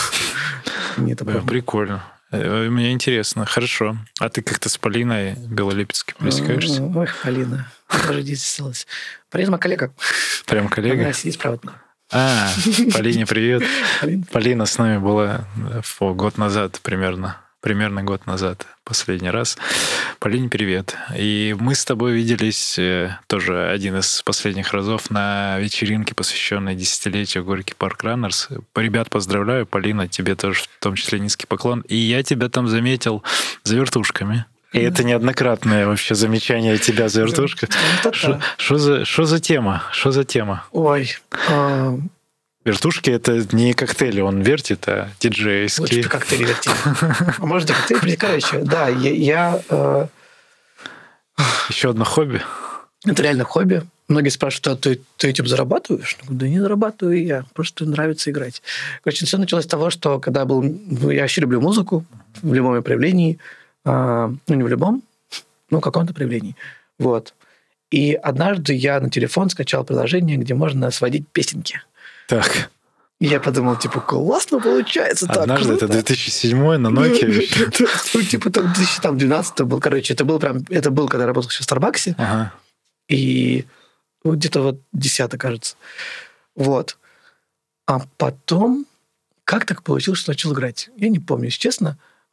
Прикольно. Мне интересно. Хорошо. А ты как-то с Полиной Белолипецкой пересекаешься? Ой, Полина. Даже здесь осталась. Полина моя коллега. Прям коллега? Она сидит справа от меня. А, Полине привет. Полин. Полина с нами была о, год назад примерно. Примерно год назад, последний раз. Полине привет. И мы с тобой виделись тоже один из последних разов на вечеринке, посвященной десятилетию Горький Парк Раннерс. Ребят, поздравляю. Полина, тебе тоже в том числе низкий поклон. И я тебя там заметил за вертушками. И это неоднократное вообще замечание тебя за вертушкой. Что за, что за тема? Что за тема? Ой, а... Вертушки — это не коктейли, он вертит, а диджейский. Лучше бы коктейли вертели. А может, и коктейли. Короче, да, я... я э... Еще одно хобби. Это реально хобби. Многие спрашивают, а ты, ты этим зарабатываешь? Я говорю, да не зарабатываю я, просто нравится играть. Короче, все началось с того, что когда был... Я вообще люблю музыку в любом ее проявлении. Э, ну, не в любом, но в каком-то проявлении. Вот. И однажды я на телефон скачал приложение, где можно сводить песенки. Так. И я подумал, типа, классно получается. Однажды, так, это две тысячи седьмой на Nokia. Ну, типа, там, две тысячи двенадцатый был. Короче, это был прям... Это был, когда я работал еще в Старбаксе. Ага. И где-то вот десятый, кажется. Вот. А потом... Как так получилось, что начал играть? Я не помню, если честно.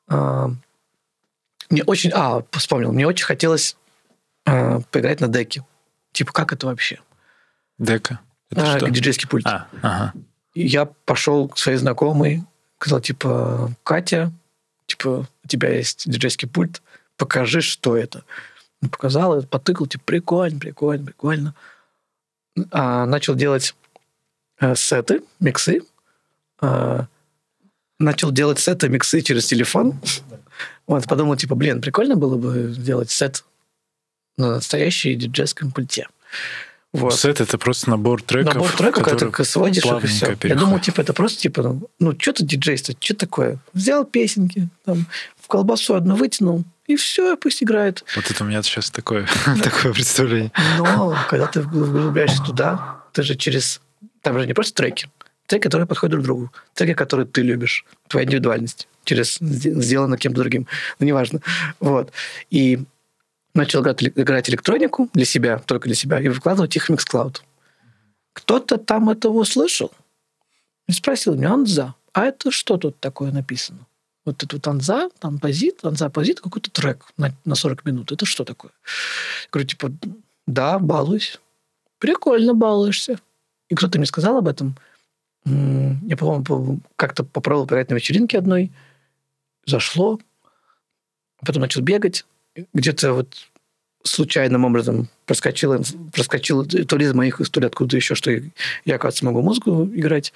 Мне очень... А, вспомнил. Мне очень хотелось поиграть на деке. Типа, как это вообще? Дека? Это а, что? Диджейский пульт. А, ага. И я пошел к своей знакомой, сказал, типа, Катя, типа, у тебя есть диджейский пульт, покажи, что это. Он показал, потыкал, типа, прикольно, прикольно, прикольно. А, начал делать а, сеты, миксы. А, начал делать сеты, миксы через телефон. Вот, подумал, типа, блин, прикольно было бы сделать сет на настоящей диджейском пульте. Вот. Сет — это просто набор треков, Набор треков, когда ты сводишь их и все. Я думал, типа, это просто, типа, ну, ну что-то диджейство, что такое? Взял песенки, там, в колбасу одну вытянул, и все, пусть играет. Вот это у меня сейчас такое, такое представление. Но когда ты углубляешься туда, ты же через... Там же не просто треки. Треки, которые подходят друг другу. Треки, которые ты любишь. Твоя индивидуальность. Через... Сделано кем-то другим. Ну, неважно. Вот. И начал играть, играть электронику для себя, только для себя, и выкладывать их в Mixcloud. Кто-то там этого услышал и спросил меня, Анза, а это что тут такое написано? Вот это вот Анза, там позит, Анза, позит, какой-то трек на, на сорок минут. Это что такое? Я говорю, типа, да, балуюсь. Прикольно балуешься. И кто-то мне сказал об этом. Я, по-моему, как-то попробовал поиграть на вечеринке одной. Зашло. Потом начал бегать. Где-то вот случайным образом проскочил, проскочил то ли из моих историй, откуда еще, что я, оказывается, могу музыку играть.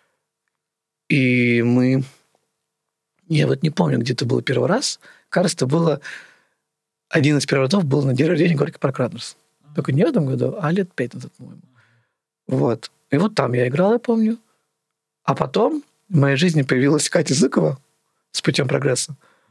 И мы... Я вот не помню, где это было первый раз. Кажется, это было... Один из первых разов был на день рождения Горький Парк Раннерс. Только не в этом году, а лет пять назад, по-моему. Вот. И вот там я играл, я помню. А потом в моей жизни появилась Катя Зыкова с «Путем прогресса».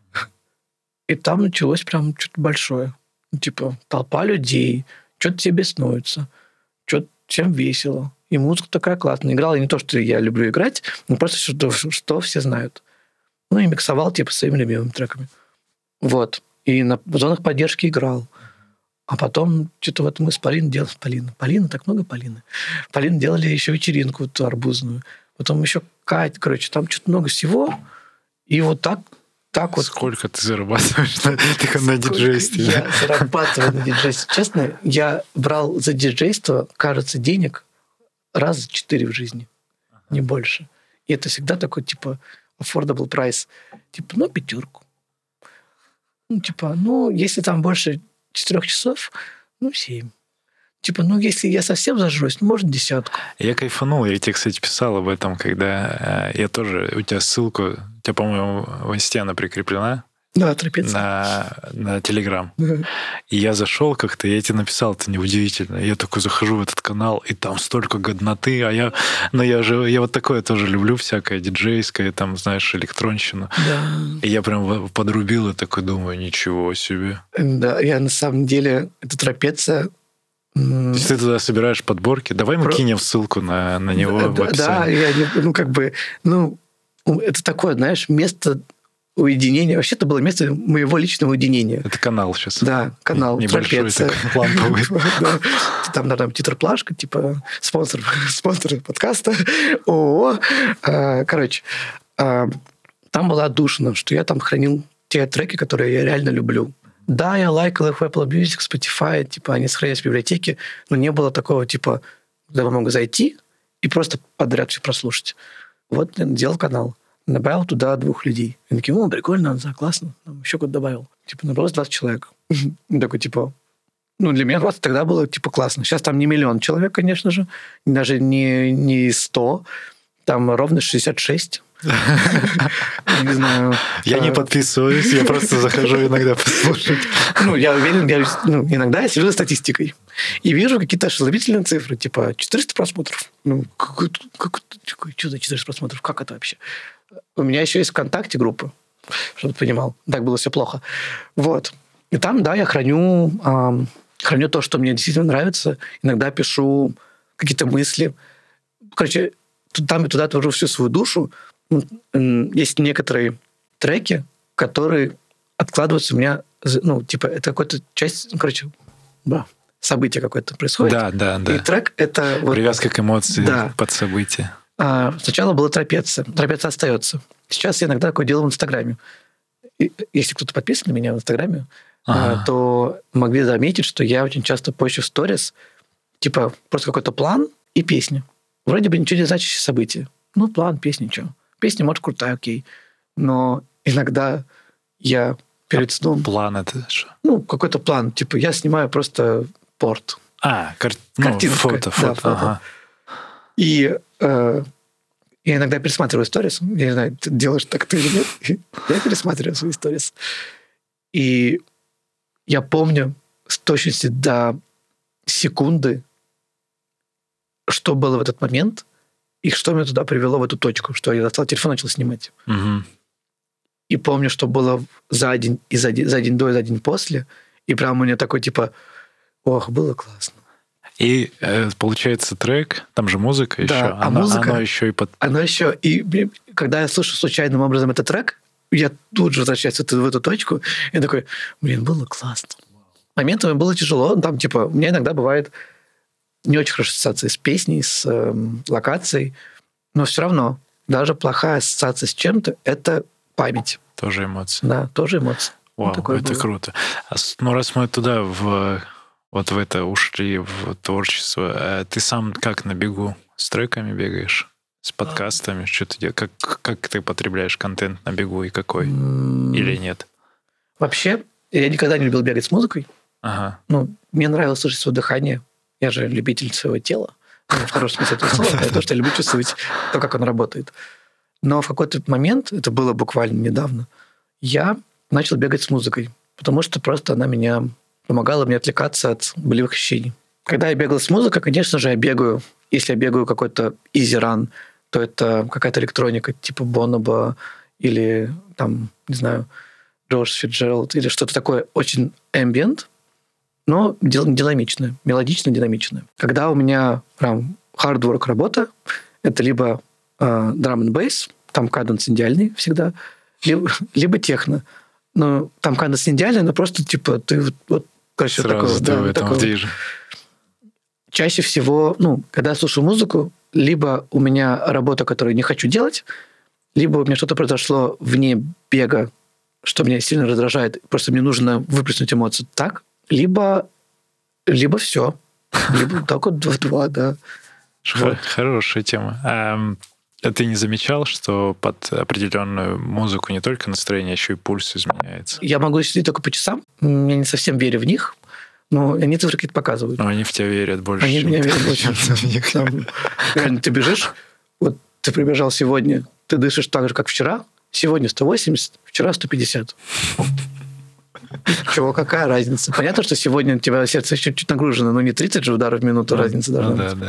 И там началось прям что-то большое. Типа толпа людей, что-то тебе беснуется, что-то всем весело. И музыка такая классная. Играл я не то, что я люблю играть, но просто что, что все знают. Ну и миксовал типа своими любимыми треками. Вот. И на зонах поддержки играл. А потом что-то вот мы с Полиной делали... Полина. Полина, так много Полины. Полина делали еще вечеринку вот, арбузную. Потом еще Кать. Короче, там что-то много всего. И вот так Так вот. Сколько ты зарабатываешь на, на диджействе? Я зарабатываю на диджействе. Честно, я брал за диджейство, кажется, денег раз четыре в жизни. Не больше. И это всегда такой, типа, affordable price. Типа, ну, пятерку. Ну, типа, ну, если там больше четырех часов, ну, семь. Типа, ну, если я совсем зажрусь, ну, может, десятку. Я кайфанул. Я тебе, кстати, писал об этом, когда я тоже... У тебя ссылку... У тебя, по-моему, в инсте она прикреплена. Да, трапеция. На, на Телеграм. И я зашел как-то, я тебе написал, это неудивительно. Я такой захожу в этот канал, и там столько годноты, а я... Ну, я же... Я вот такое тоже люблю, всякое диджейское, там, знаешь, электронщину. Да. И я прям подрубил и такой думаю, ничего себе. Да, я на самом деле... Это трапеция... То есть ты туда собираешь подборки? Давай мы Про... кинем ссылку на, на него да, в описании. Да, я, ну, как бы... Ну, это такое, знаешь, место... уединение. Вообще, это было место моего личного уединения. Это канал сейчас. Да, канал. Небольшой такой, ламповый. Там, наверное, титр-плашка, типа спонсор, спонсор подкаста. ООО. Короче, там было отдушина, что я там хранил те треки, которые я реально люблю. Да, я лайкал их в Apple Music, Spotify, типа они сохранились в библиотеке, но не было такого, типа, куда я могу зайти и просто подряд все прослушать. Вот делал канал. Добавил туда двух людей. И такие, о, прикольно, Анза, классно. Там еще куда добавил. Типа, набралось двадцать человек. Такой, типа... Ну, для меня двадцать тогда было, типа, классно. Сейчас там не миллион человек, конечно же. Даже не, не сто. Там ровно шестьдесят шесть. Не знаю. Я не подписываюсь, я просто захожу иногда послушать. Ну, я уверен, я, ну, иногда я сижу за статистикой и вижу какие-то ошеломительные цифры, типа четыреста просмотров. Ну, как, как, что за четыреста просмотров? Как это вообще? У меня еще есть ВКонтакте группа, чтобы ты понимал. Так было все плохо. Вот. И там, да, я храню, эм, храню то, что мне действительно нравится. Иногда пишу какие-то мысли. Короче, там и туда твожу всю свою душу. Есть некоторые треки, которые откладываются у меня, ну, типа, это какая-то часть, ну, короче, да, событие какое-то происходит. Да, да, да. И трек — это... Вот, привязка к эмоции, да. под событие. А, сначала была трапеция. Трапеция остается. Сейчас я иногда такое делаю в Инстаграме. И, если кто-то подписан на меня в Инстаграме, ага. а, то могли заметить, что я очень часто пощу в сторис, типа, просто какой-то план и песня. Вроде бы ничего не значащее событие. Ну, план, песня, что. Песня, может, крутая, окей. Но иногда я перед сном... А план это что? Ну, какой-то план. Типа, я снимаю просто порт. А, кар... картинка. Ну, фото, фото. Да, фото. Ага. И э, я иногда пересматриваю сторис. Я не знаю, ты делаешь так ты или нет. Я пересматриваю свои сторис. И я помню с точностью до секунды, что было в этот момент, и что меня туда привело, в эту точку, что я достал телефон, начал снимать. Угу. И помню, что было за день, и за день, за день до, и за день после. И прям у меня такой, типа, ох, было классно. И э, получается трек, там же музыка да, еще. А она, музыка, она еще и под... Она еще... И когда я слышу случайным образом этот трек, я тут же возвращаюсь в эту, в эту точку, и такой, блин, было классно. Моментами было тяжело. Там, типа, у меня иногда бывает не очень хорошая ассоциация с песней, с э, локацией, но все равно даже плохая ассоциация с чем-то — это память. Тоже эмоции. Да, тоже эмоции. Вау, вот это было. Круто. А, ну, раз мы туда, в, вот в это ушли, в творчество, ты сам как на бегу? С треками бегаешь? С подкастами? А. Что ты делаешь? Как, как ты потребляешь контент на бегу и какой? Mm. Или нет? Вообще, я никогда не любил бегать с музыкой. Ага. Ну, мне нравилось слышать свое дыхание. Я же любитель своего тела. Ну, в хорошем смысле этого слова, потому что я люблю чувствовать то, как оно работает. Но в какой-то момент, это было буквально недавно, я начал бегать с музыкой, потому что просто она меня помогала мне отвлекаться от болевых ощущений. Когда я бегал с музыкой, конечно же, я бегаю, если я бегаю какой-то easy run, то это какая-то электроника типа Bonobo или, там, не знаю, Джордж Фитджеральд или что-то такое очень ambient, но динамичное, мелодично-динамичное. Когда у меня прям hard work работа, это либо э, drum and bass, там каденс идеальный всегда, либо, либо техно. Но там каденс идеальный, но просто типа ты вот, вот короче, сразу такого, да, в этом такого. движе. Чаще всего, ну, когда я слушаю музыку, либо у меня работа, которую не хочу делать, либо у меня что-то произошло вне бега, что меня сильно раздражает, просто мне нужно выплеснуть эмоции так, либо, либо все. Либо так вот в два, да. Вот. Хорошая тема. А ты не замечал, что под определенную музыку не только настроение, еще и пульс изменяется? Я могу сидеть только по часам. Я не совсем верю в них, но они цифры какие-то показывают. Но они в тебя верят больше, они чем меня ты. Верят больше, чем в них. Там, реально, ты бежишь, вот ты прибежал сегодня, ты дышишь так же, как вчера, сегодня сто восемьдесят, вчера сто пятьдесят. Чего, какая разница? Понятно, что сегодня у тебя сердце чуть-чуть нагружено, но не тридцать же ударов в минуту, ну, разница должна ну, быть. Да,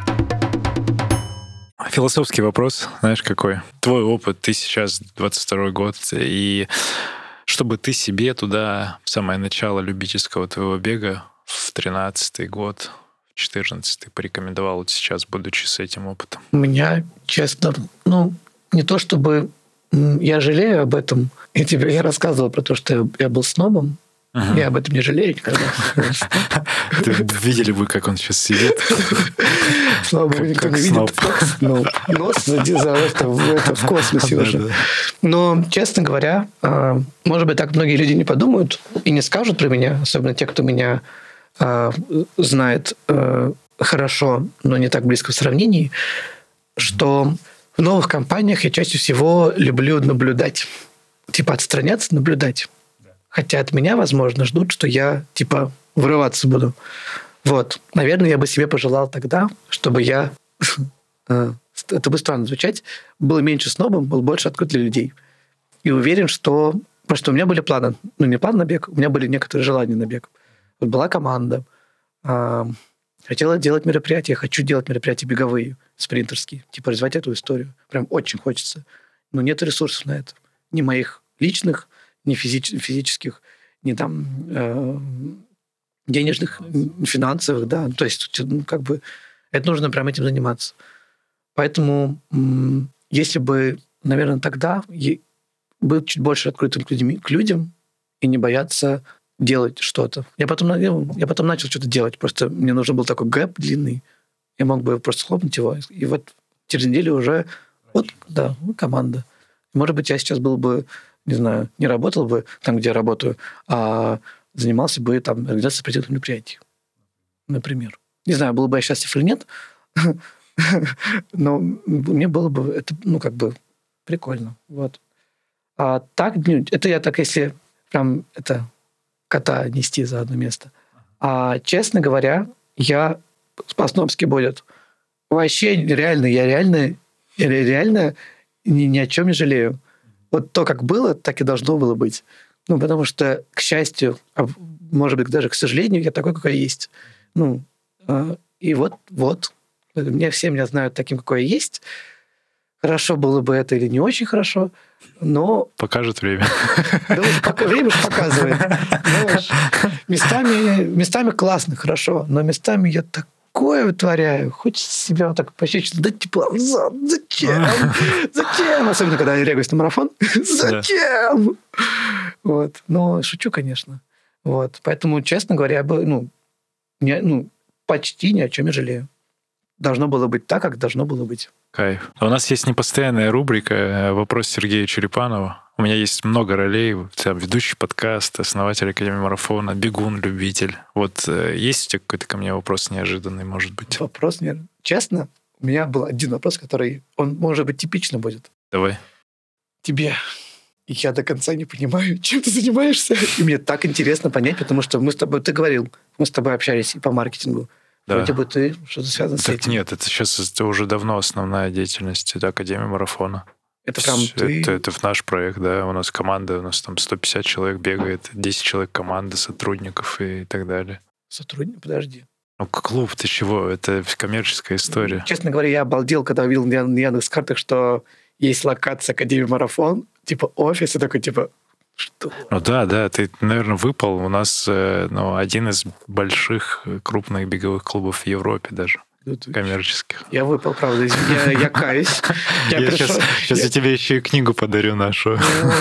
да. Философский вопрос, знаешь, какой? Твой опыт, ты сейчас двадцать второй год, и чтобы ты себе туда в самое начало любительского твоего бега в тринадцатый год, в четырнадцатый порекомендовал вот сейчас, будучи с этим опытом? У меня, честно, ну, не то чтобы я жалею об этом. Я тебе я рассказывал про то, что я, я был снобом. Uh-huh. Я об этом не жалею никогда. Видели бы, как он сейчас сидит. Слава богу, никто не видит. Нос в космосе уже. Но, честно говоря, может быть, так многие люди не подумают и не скажут про меня, особенно те, кто меня знает хорошо, но не так близко в сравнении, что в новых компаниях я чаще всего люблю наблюдать. Типа отстраняться, наблюдать. Хотя от меня, возможно, ждут, что я, типа, вырываться буду. Вот. Наверное, я бы себе пожелал тогда, чтобы я это будет странно звучать, был меньше снобом, был больше открыт для людей. И уверен, что... Потому что у меня были планы. Ну, не план на бег, у меня были некоторые желания на бег. Вот была команда. Э, хотела делать мероприятия. Хочу делать мероприятия беговые, спринтерские. Типа развивать эту историю. Прям очень хочется. Но нет ресурсов на это. Ни моих личных, ни физич- физических, ни там э, денежных, финансовых. Да. То есть, ну, как бы, это нужно прям этим заниматься. Поэтому, м- если бы, наверное, тогда... быть чуть больше открытым к людям, к людям и не бояться делать что-то. Я потом, я потом начал что-то делать. Просто мне нужен был такой гэп длинный. Я мог бы просто схлопнуть его. И вот через неделю уже вот, да, команда. Может быть, я сейчас был бы, не знаю, не работал бы там, где я работаю, а занимался бы там организацией спортивных мероприятий. Например. Не знаю, был бы я счастлив или нет, но мне было бы это, ну, как бы прикольно. Вот. А так, это я так, если прям это кота нести за одно место. А, честно говоря, я по-снобски будет. Вообще реально, я реально, я реально ни, ни о чем не жалею. Вот то, как было, так и должно было быть. Ну, потому что, к счастью, а может быть, даже к сожалению, я такой, какой есть. Ну, и вот, вот. Меня все меня знают таким, какой я есть. Хорошо было бы это или не очень хорошо, но... Покажет время. Да, пока, время же показывает. Знаешь, местами, местами классно, хорошо, но местами я такое вытворяю. Хочется себя вот так пощечить. Да типа, зачем? Зачем? Особенно, когда я регаюсь на марафон. Зачем? Вот. Но шучу, конечно. Вот. Поэтому, честно говоря, я бы, ну, не, ну, почти ни о чем не жалею. Должно было быть так, как должно было быть. Кайф. У нас есть непостоянная рубрика «Вопрос Сергея Черепанова». У меня есть много ролей. Там, ведущий подкаст, основатель Академии марафона, бегун, любитель. Вот есть у тебя какой-то ко мне вопрос неожиданный, может быть? Вопрос неожиданный. Честно, у меня был один вопрос, который, он, может быть, типично будет. Давай. Тебе. Я до конца не понимаю, чем ты занимаешься. И мне так интересно понять, потому что мы с тобой, ты говорил, мы с тобой общались и по маркетингу. Да. Вроде бы ты что-то связано так с этим. Нет, это сейчас это уже давно основная деятельность. Это Академия марафона. Это прям ты... Это, это в наш проект, да. У нас команда, у нас там сто пятьдесят человек бегает, десять человек команды, сотрудников и так далее. Сотрудник? Подожди. Ну, клуб, ты чего? Это коммерческая история. Честно говоря, я обалдел, когда увидел на Яндекс.Картах, что есть локация Академии марафон, типа офис, и такой, типа, что? Ну да, да, ты, наверное, выпал. У нас ну, один из больших крупных беговых клубов в Европе даже. Коммерческих. Я выпал, правда, я, я каюсь. Я, я пришел... сейчас, сейчас я... я тебе еще и книгу подарю нашу.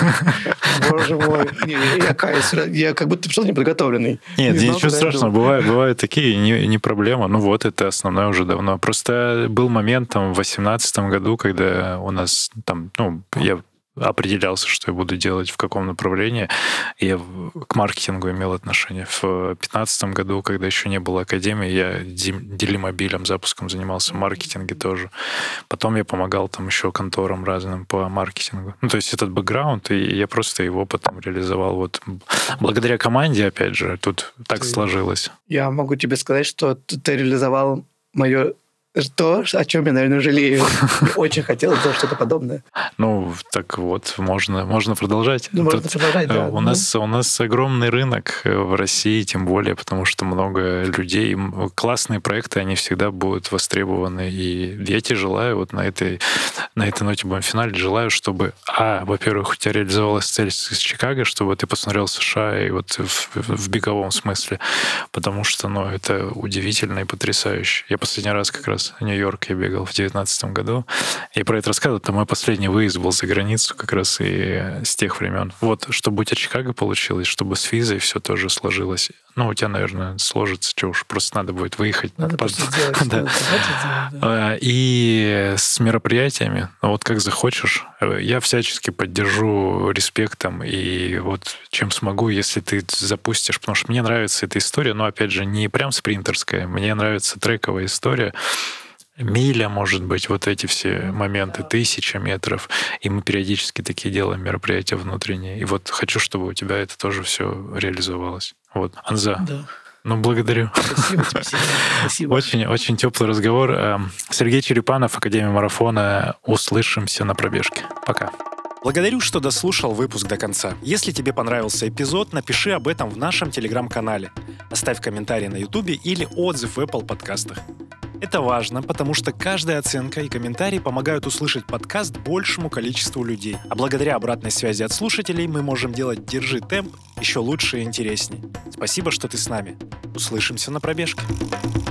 Боже мой. Не, я каюсь. Я как будто пришел неподготовленный. Нет, не знал, ничего страшного. Бывают, бывают такие, не, не проблема. Ну вот, это основное уже давно. Просто был момент там в восемнадцатом году, когда у нас там, ну, я определялся, что я буду делать, в каком направлении. Я к маркетингу имел отношение. В пятнадцатом году, когда еще не было академии, я Делимобилем, запуском занимался в маркетинге тоже. Потом я помогал там еще конторам разным по маркетингу. Ну, то есть этот бэкграунд, и я просто его потом реализовал. Вот благодаря команде, опять же, тут так ты... сложилось. Я могу тебе сказать, что ты реализовал мое... То, о чем я, наверное, жалею. Я очень хотел сделать что-то подобное. Ну, так вот, можно, можно продолжать. Ну, можно Тут продолжать, да. У, ну. нас, у нас огромный рынок в России, тем более, потому что много людей. Классные проекты, они всегда будут востребованы. И я тебе желаю вот на этой, на этой ноте будем финале, желаю, чтобы, а, во-первых, у тебя реализовалась цель из Чикаго, чтобы ты посмотрел США и вот в, в беговом смысле, потому что, ну, это удивительно и потрясающе. Я последний раз как раз в Нью-Йорк я бегал в девятнадцатом году. И про это рассказывал. Это мой последний выезд был за границу как раз и с тех времен. Вот, чтобы у тебя Чикаго получилось, чтобы с визой все тоже сложилось. Ну, у тебя, наверное, сложится, что уж, просто надо будет выехать. Надо под... просто сделать. Да. Надо сделать, да. И с мероприятиями, ну, вот как захочешь, я всячески поддержу респектом и вот чем смогу, если ты запустишь, потому что мне нравится эта история, но, опять же, не прям спринтерская, мне нравится трековая история. Миля, может быть, вот эти все моменты, тысяча метров, и мы периодически такие делаем мероприятия внутренние. И вот хочу, чтобы у тебя это тоже все реализовалось. Вот, Анза, да. Ну, благодарю. Спасибо тебе, Сергей. Спасибо. Очень, очень теплый разговор. Сергей Черепанов, Академия марафона. Услышимся на пробежке. Пока. Благодарю, что дослушал выпуск до конца. Если тебе понравился эпизод, напиши об этом в нашем телеграм-канале. Оставь комментарий на Ютубе или отзыв в Apple подкастах. Это важно, потому что каждая оценка и комментарий помогают услышать подкаст большему количеству людей. А благодаря обратной связи от слушателей мы можем делать «Держи темп» еще лучше и интереснее. Спасибо, что ты с нами. Услышимся на пробежке.